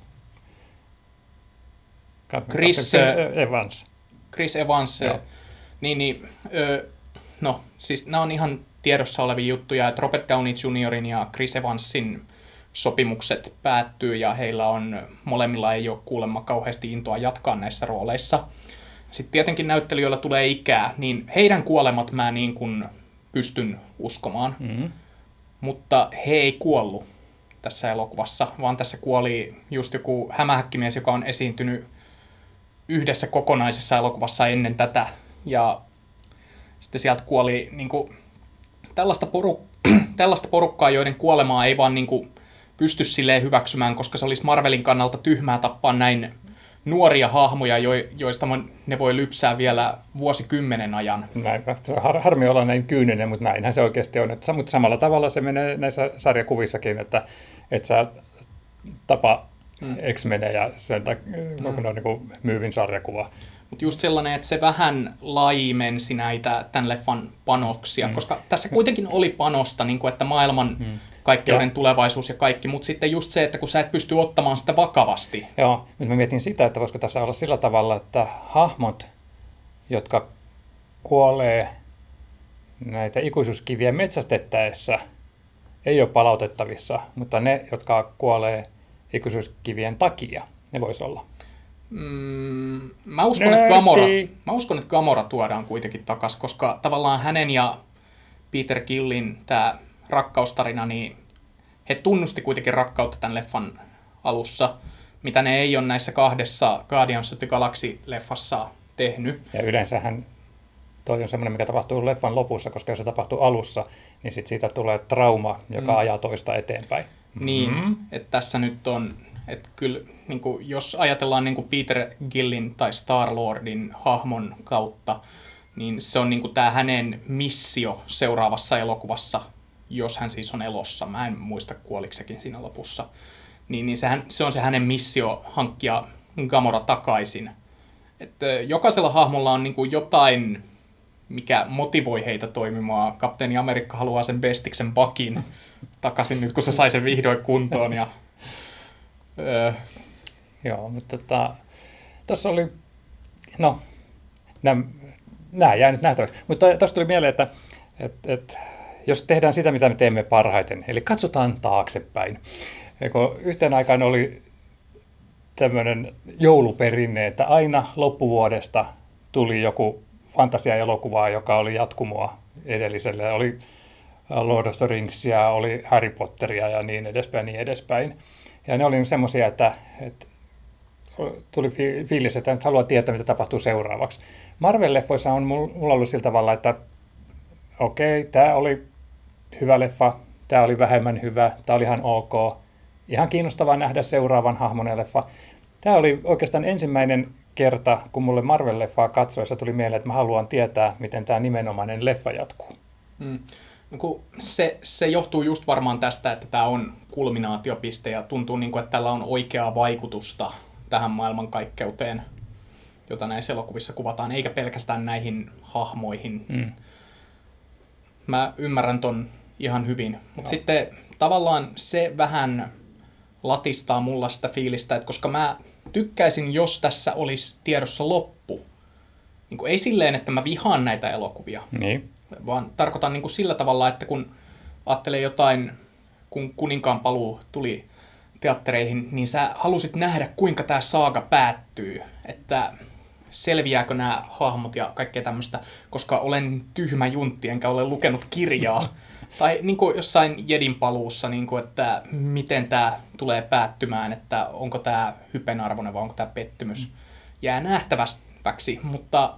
Chris
Evans.
Chris Evans. Joo. Niin, niin, ö, no, siis nämä on ihan tiedossa olevia juttuja, että Robert Downey juniorin ja Chris Evansin sopimukset päättyy ja heillä on, molemmilla ei ole kuulemma kauheasti intoa jatkaa näissä rooleissa. Sitten tietenkin näyttelijöillä tulee ikää, niin heidän kuolemat mä niin kuin pystyn uskomaan.
Mm-hmm.
Mutta he ei kuollut tässä elokuvassa, vaan tässä kuoli just joku hämähäkkimies, joka on esiintynyt yhdessä kokonaisessa elokuvassa ennen tätä. Ja sitten sieltä kuoli niin kuin, tällaista, poru- tällaista porukkaa, joiden kuolemaa ei vaan niin kuin, pysty silleen hyväksymään, koska se olisi Marvelin kannalta tyhmää tappaa näin nuoria hahmoja, joista ne voi lypsää vielä vuosikymmenen ajan.
Näin, har, harmi olla näin kyyninen, mutta näinhän se oikeasti on. Että, mutta samalla tavalla se menee näissä sarjakuvissakin, että, että sä tapa mm. X-Menejä ja sen mm. on niin kuin myyvin sarjakuva.
Mutta just sellainen, että se vähän laimensi näitä tämän leffan panoksia, mm. koska tässä kuitenkin oli panosta, niin kuin, että maailman mm. kaikkeuden tulevaisuus ja kaikki, mutta sitten just se, että kun sä et pysty ottamaan sitä vakavasti.
Joo, mutta mä mietin sitä, että voisiko tässä olla sillä tavalla, että hahmot, jotka kuolee näitä ikuisuuskiviä metsästettäessä, ei ole palautettavissa, mutta ne, jotka kuolee ikuisuuskivien takia, ne vois olla.
Mm, mä, uskon, että Gamora, mä uskon, että Gamora tuodaan kuitenkin takaisin, koska tavallaan hänen ja Peter Gillin tämä rakkaustarina, niin he tunnusti kuitenkin rakkautta tämän leffan alussa, mitä ne ei ole näissä kahdessa Guardians of the Galaxy-leffassa tehnyt.
Ja yleensähän toi on semmoinen, mikä tapahtuu leffan lopussa, koska jos se tapahtuu alussa, niin sit siitä tulee trauma, joka mm. ajaa toista eteenpäin.
Niin,
mm-hmm.
että tässä nyt on, että kyllä niin kuin, jos ajatellaan niin kuin Peter Gillin tai Star-Lordin hahmon kautta, niin se on niin kuin tämä hänen missio seuraavassa elokuvassa, jos hän siis on elossa. Mä en muista kuoliksekin siinä lopussa. Niin, niin sehän, se on se hänen missio hankkia Gamora takaisin. Että jokaisella hahmolla on niin kuin jotain, mikä motivoi heitä toimimaan. Kapteeni Amerikka haluaa sen bestiksen Buckin takaisin nyt, kun se sai sen vihdoin kuntoon. Ja, öö.
Joo, mutta tota, tuossa oli, no, nämä jää nyt nähtäväksi. Mutta tuossa tuli mieleen, että et, et, jos tehdään sitä, mitä me teemme parhaiten, eli katsotaan taaksepäin. Kun yhteen aikaan oli tämmöinen jouluperinne, että aina loppuvuodesta tuli joku fantasiaelokuva, joka oli jatkumoa edelliselle. Oli Lord of the Ringsia, oli Harry Potteria ja niin edespäin, niin edespäin. Ja ne oli semmoisia, että, että tuli fiilis, että haluaa tietää, mitä tapahtuu seuraavaksi. Marvel-leffoissa on mulla ollut sillä tavalla, että okei, okay, tämä oli hyvä leffa, tämä oli vähemmän hyvä, tämä oli ihan ok. Ihan kiinnostavaa nähdä seuraavan hahmon leffa. Tämä oli oikeastaan ensimmäinen kerta, kun mulle Marvel-leffaa katsoessa tuli mieleen, että mä haluan tietää, miten tämä nimenomainen leffa jatkuu.
Mm. Se, se johtuu just varmaan tästä, että tämä on kulminaatiopiste ja tuntuu, niin kuin, että tällä on oikeaa vaikutusta tähän maailmankaikkeuteen, jota näissä elokuvissa kuvataan, eikä pelkästään näihin hahmoihin. Mm. Mä ymmärrän ton ihan hyvin, mutta no. sitten tavallaan se vähän latistaa mulla sitä fiilistä, että koska mä tykkäisin, jos tässä olisi tiedossa loppu. Niin kuin ei silleen, että mä vihaan näitä elokuvia,
niin.
vaan tarkoitan niin kuin sillä tavalla, että kun ajattelee jotain, kun Kuninkaan paluu tuli teattereihin, niin sä halusit nähdä, kuinka tämä saaga päättyy, että selviääkö nämä hahmot ja kaikkea tämmöistä, koska olen tyhmä juntti, enkä ole lukenut kirjaa. Tai niin kuin jossain Jedin paluussa, niin kuin, että miten tämä tulee päättymään, että onko tämä hypenarvoinen vai onko tämä pettymys. Jää nähtäväksi, mutta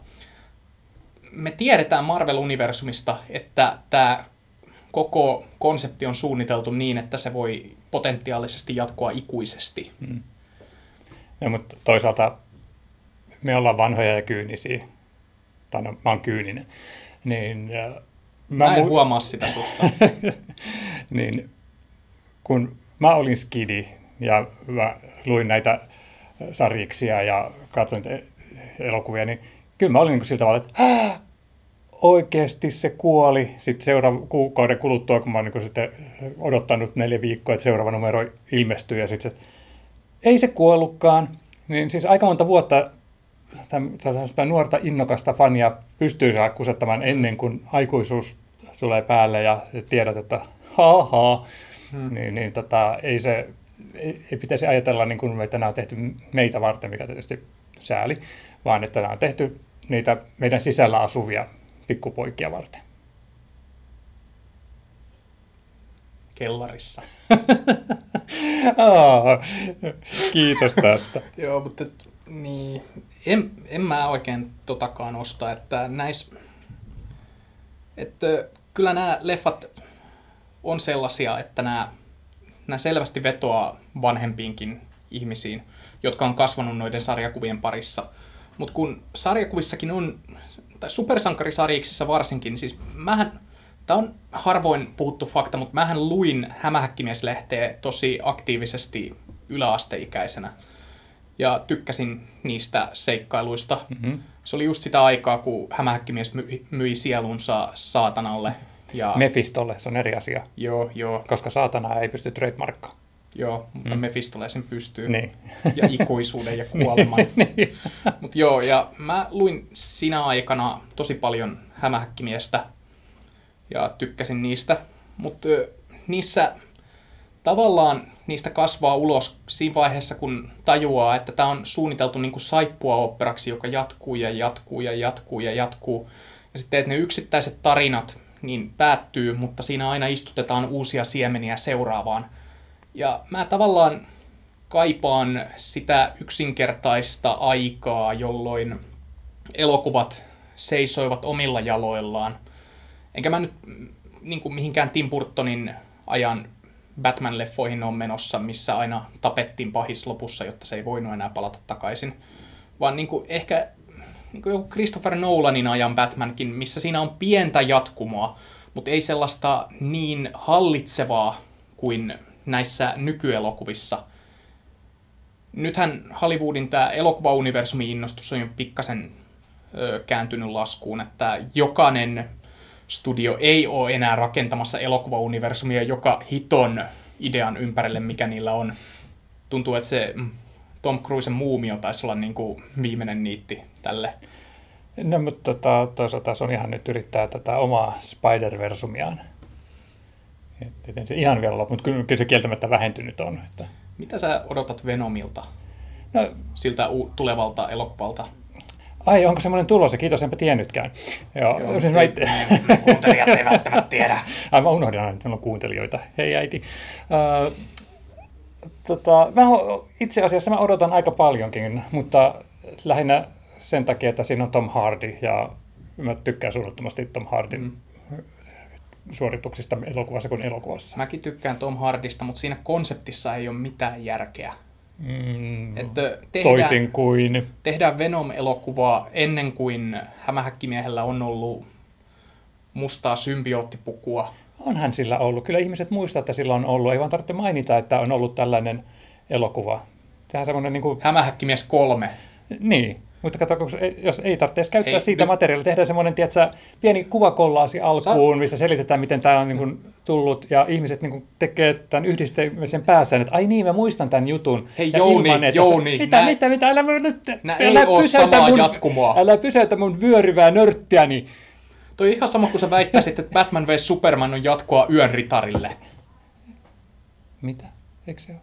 me tiedetään Marvel-universumista, että tämä koko konsepti on suunniteltu niin, että se voi potentiaalisesti jatkoa ikuisesti.
Hmm. No, mutta toisaalta me ollaan vanhoja ja kyynisiä, tai no, mä oon kyyninen, niin
Mä, mä en mu- huomaa sitä susta.
niin, kun mä olin skidi ja mä luin näitä sarjiksia ja katsoin elokuvia, niin kyllä mä olin niin kuin sillä tavalla, että oikeasti se kuoli. Sitten seuraavan kuukauden kuluttua, kun mä oon niin sitten odottanut neljä viikkoa, että seuraava numero ilmestyy ja sitten se, ei se kuollutkaan. Niin siis aika monta vuotta tätä nuorta innokasta fania pystyy kusettamaan ennen kuin aikuisuus tulee päälle ja tiedät, että ha-ha, hmm. niin, niin tota, ei, se, ei, ei pitäisi ajatella niin kuin, että nämä on tehty meitä varten, mikä tietysti sääli, vaan että nämä on tehty niitä meidän sisällä asuvia pikkupoikia varten.
kellarissa.
Aa, kiitos tästä.
Joo, mutta niin, en, en mä oikein totakaan osta, että näis, että kyllä nämä leffat on sellaisia, että nämä, nämä selvästi vetoaa vanhempiinkin ihmisiin, jotka on kasvanut noiden sarjakuvien parissa. Mutta kun sarjakuvissakin on, tai supersankarisarjiksissa varsinkin, siis mähän, tämä on harvoin puhuttu fakta, mutta mähän luin Hämähäkkimies-lehteä tosi aktiivisesti yläasteikäisenä. Ja tykkäsin niistä seikkailuista. Mm-hmm. Se oli just sitä aikaa, kun Hämähäkkimies myi, myi sielunsa saatanalle. Ja
Mephistolle, se on eri asia.
Joo, joo.
Koska saatana ei pysty trademarkkaan.
Joo, mutta mm. Mephistolle sen pystyy.
Niin.
Ja ikuisuuden ja kuoleman. niin. Mutta joo, ja mä luin sinä aikana tosi paljon Hämähäkkimiestä. Ja tykkäsin niistä. Mutta niissä tavallaan niistä kasvaa ulos siinä vaiheessa, kun tajuaa, että tämä on suunniteltu niin kuin saippua-oopperaksi, joka jatkuu ja jatkuu ja jatkuu ja jatkuu. Ja sitten, että ne yksittäiset tarinat niin päättyy, mutta siinä aina istutetaan uusia siemeniä seuraavaan. Ja mä tavallaan kaipaan sitä yksinkertaista aikaa, jolloin elokuvat seisoivat omilla jaloillaan. Enkä mä nyt niin kuin mihinkään Tim Burtonin ajan Batman-leffoihin on menossa, missä aina tapettiin pahis lopussa, jotta se ei voinut enää palata takaisin. Vaan niin kuin ehkä niin kuin joku Christopher Nolanin ajan Batmankin, missä siinä on pientä jatkumoa, mutta ei sellaista niin hallitsevaa kuin näissä nykyelokuvissa. Nythän Hollywoodin tämä elokuvauniversumi-innostus on jo pikkasen ö, kääntynyt laskuun, että jokainen studio ei ole enää rakentamassa elokuvauniversumia joka hiton idean ympärille, mikä niillä on. Tuntuu, että se Tom Cruisen Muumio taisi olla niin kuin viimeinen niitti tälle.
No, mutta tota, toisaalta se on ihan nyt yrittää tätä omaa Spider-Versumiaan. Ei se ihan vielä loppu, mutta kyllä se kieltämättä vähentynyt on. Että...
Mitä sä odotat Venomilta?
No,
siltä u- tulevalta elokuvalta?
Ai, onko semmoinen tulossa? Kiitos, enpä tiennytkään. Joo,
Joo,
siis
mä it... me, kuuntelijat ei välttämättä tiedä.
Ai, mä unohdin aina, että meillä on kuuntelijoita. Hei äiti. Uh, tota, mä itse asiassa mä odotan aika paljonkin, mutta lähinnä sen takia, että siinä on Tom Hardy, ja mä tykkään suunnattomasti Tom Hardyn mm. suorituksista elokuvassa kuin elokuvassa.
Mäkin tykkään Tom Hardysta, mutta siinä konseptissa ei ole mitään järkeä.
Mm,
että tehdään,
toisin kuin...
Tehdään Venom-elokuvaa ennen kuin Hämähäkkimiehellä on ollut mustaa symbioottipukua.
Onhan sillä ollut. Kyllä ihmiset muistaa, että sillä on ollut. Ei vaan tarvitse mainita, että on ollut tällainen elokuva. Tehdään semmoinen niin kuin...
Hämähäkkimies kolme.
Niin. Mutta katso, jos ei tarvitse käyttää Hei, siitä
nyt...
materiaalia, tehdään semmoinen tiedätkö, pieni kuvakollaasi alkuun, Sa... missä selitetään, miten tämä on niin kuin, tullut, ja ihmiset niin kuin, tekee tämän yhdistelmisen päässään, että ai niin, mä muistan tämän jutun.
Hei Jouni,
ilman,
Jouni.
Sä, mitä, nä... mitä, mitä, älä nyt...
Nää ei ole samaa
mun,
jatkumoa.
Älä pysäytä mun vyöryvää nörttiäni.
Toi ihan sama kuin sä väittäisit, että Batman vs Superman on jatkoa Yön ritarille.
Mitä? Eikö se ole?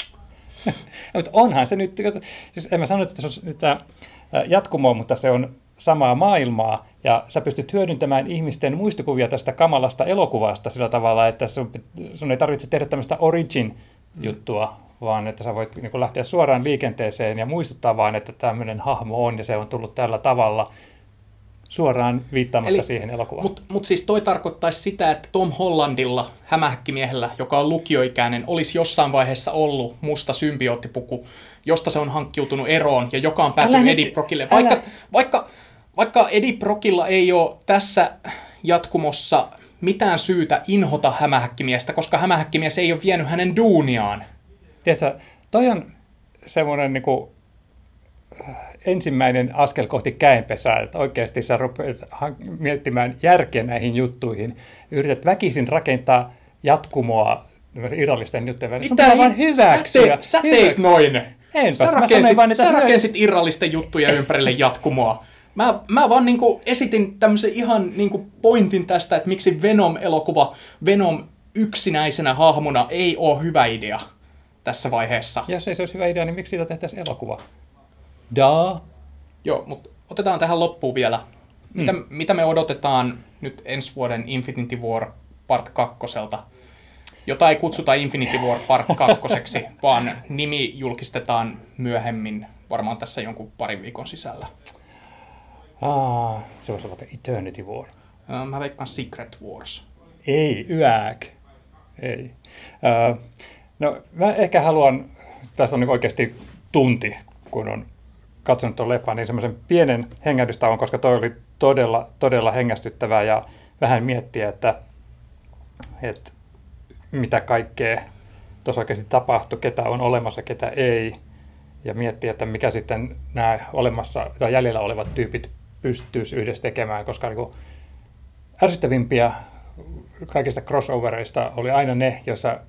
Mutta onhan se nyt, siis en mä sano, että se on sitä jatkumoa, mutta se on samaa maailmaa, ja sä pystyt hyödyntämään ihmisten muistikuvia tästä kamalasta elokuvasta sillä tavalla, että sun, sun ei tarvitse tehdä tämmöistä origin-juttua, vaan että sä voit niin kuin lähteä suoraan liikenteeseen ja muistuttaa vaan, että tämmöinen hahmo on, ja se on tullut tällä tavalla suoraan viittaamatta Eli, siihen elokuvaan.
Mutta mut siis toi tarkoittaisi sitä, että Tom Hollandilla, Hämähäkkimiehellä, joka on lukioikäinen, olisi jossain vaiheessa ollut musta symbioottipuku, josta se on hankkiutunut eroon ja joka on päätynyt älä Eddie Brockille. Vaikka, älä... vaikka, vaikka Eddie Brockilla ei ole tässä jatkumossa mitään syytä inhota Hämähäkkimiestä, koska Hämähäkkimies ei ole vienyt hänen duuniaan.
Tiedätkö, toi on semmoinen niinku ensimmäinen askel kohti käenpesää, että oikeasti sä rupeat miettimään järkeä näihin juttuihin. Yrität väkisin rakentaa jatkumoa irrallisten juttujen välillä.
Mitä? Sun vaan hyväksyä. Sä, te, sä teit noin.
Enpäs.
Sä rakensit, vaan, sä rakensit irrallisten juttuja ympärille jatkumoa. Mä, mä vaan niinku esitin tämmöisen ihan niinku pointin tästä, että miksi Venom-elokuva Venom yksinäisenä hahmona ei ole hyvä idea tässä vaiheessa.
Jos ei se olisi hyvä idea, niin miksi siitä tehtäisiin elokuva? Da.
Joo, mutta otetaan tähän loppuun vielä. Mitä, mm. mitä me odotetaan nyt ensi vuoden Infinity War Part kakkoselta? jota ei kutsuta Infinity War Part kakkoseksi, vaan nimi julkistetaan myöhemmin, varmaan tässä jonkun parin viikon sisällä.
Ah, se voisi olla Eternity War.
Mä veikkaan Secret Wars.
Ei, yääk. Ei. Öö, no, mä ehkä haluan, tässä on niin oikeasti tunti, kun on katsonut tuon leffan, niin semmoisen pienen hengähdystauon, koska toi oli todella, todella hengästyttävää ja vähän miettiä, että, että mitä kaikkea tuossa oikeasti tapahtui, ketä on olemassa, ketä ei, ja miettiä, että mikä sitten nämä olemassa tai jäljellä olevat tyypit pystyisi yhdessä tekemään, koska niin kuin ärsyttävimpiä kaikista crossovereista oli aina ne, joissa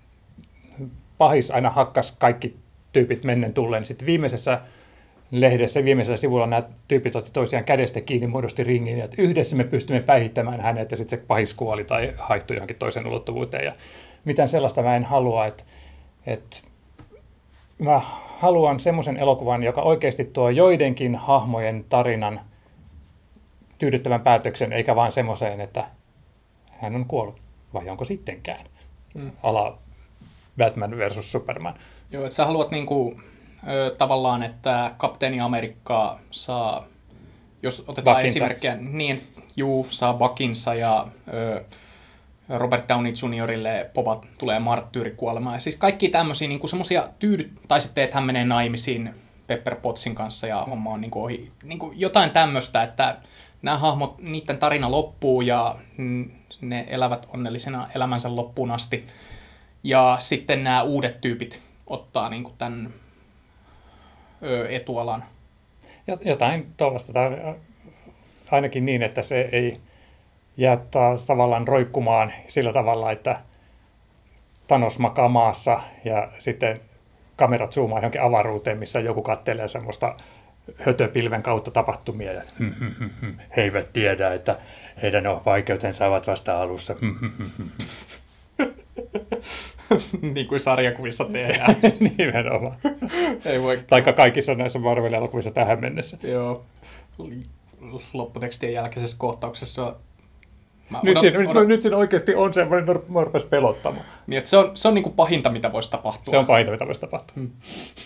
pahis aina hakkas kaikki tyypit mennen tulleen. Sitten viimeisessä lehdessä, viimeisellä sivulla nämä tyypit otti toisiaan kädestä kiinni, muodosti ringin, ja että yhdessä me pystymme päihittämään hänet, ja sitten se pahis kuoli tai haittui johonkin toiseen ulottuvuuteen. Ja mitään sellaista mä en halua, että, että mä haluan semmoisen elokuvan, joka oikeasti tuo joidenkin hahmojen tarinan tyydyttävän päätöksen, eikä vaan semmoiseen, että hän on kuollut, vai onko sittenkään, mm. ala Batman versus Superman.
Joo, että sä haluat niinku, ö, tavallaan, että Kapteeni Amerikka saa, jos otetaan
Buckinsa.
esimerkkiä, niin juu, saa Buckinsa ja ö, Robert Downey juniorille Boba tulee marttyyrikuolemaan. Ja siis kaikki tämmöisiä niinku semmoisia tyydyt, tai sitten, että hän menee naimisiin Pepper Potsin kanssa ja homma on niinku ohi. Niinku jotain tämmöistä, että nämä hahmot, niiden tarina loppuu ja ne elävät onnellisena elämänsä loppuun asti. Ja sitten nämä uudet tyypit ottaa niin kuin tämän ö, etualan.
Jotain tuollaista, ainakin niin, että se ei jää taas tavallaan roikkumaan sillä tavalla, että Thanos makaa maassa ja sitten kamerat zoomaa johonkin avaruuteen, missä joku kattelee semmoista hötöpilven kautta tapahtumia ja he eivät tiedä, että heidän vaikeutensa ovat vasta alussa.
Niin kuin sarjakuvissa tehdään.
Nimenomaan.
Ei voi.
Taikka kaikissa näissä Marvel-elokuvissa tähän mennessä.
Joo. Lopputekstien jälkeisessä kohtauksessa Mä
nyt,
odot,
siinä,
odot.
nyt siinä oikeasti on semmoinen, mä rupesi pelottamaan.
Niin, että se on, se on niin kuin pahinta, mitä voisi tapahtua.
Se on pahinta, mitä voisi tapahtua. Hmm.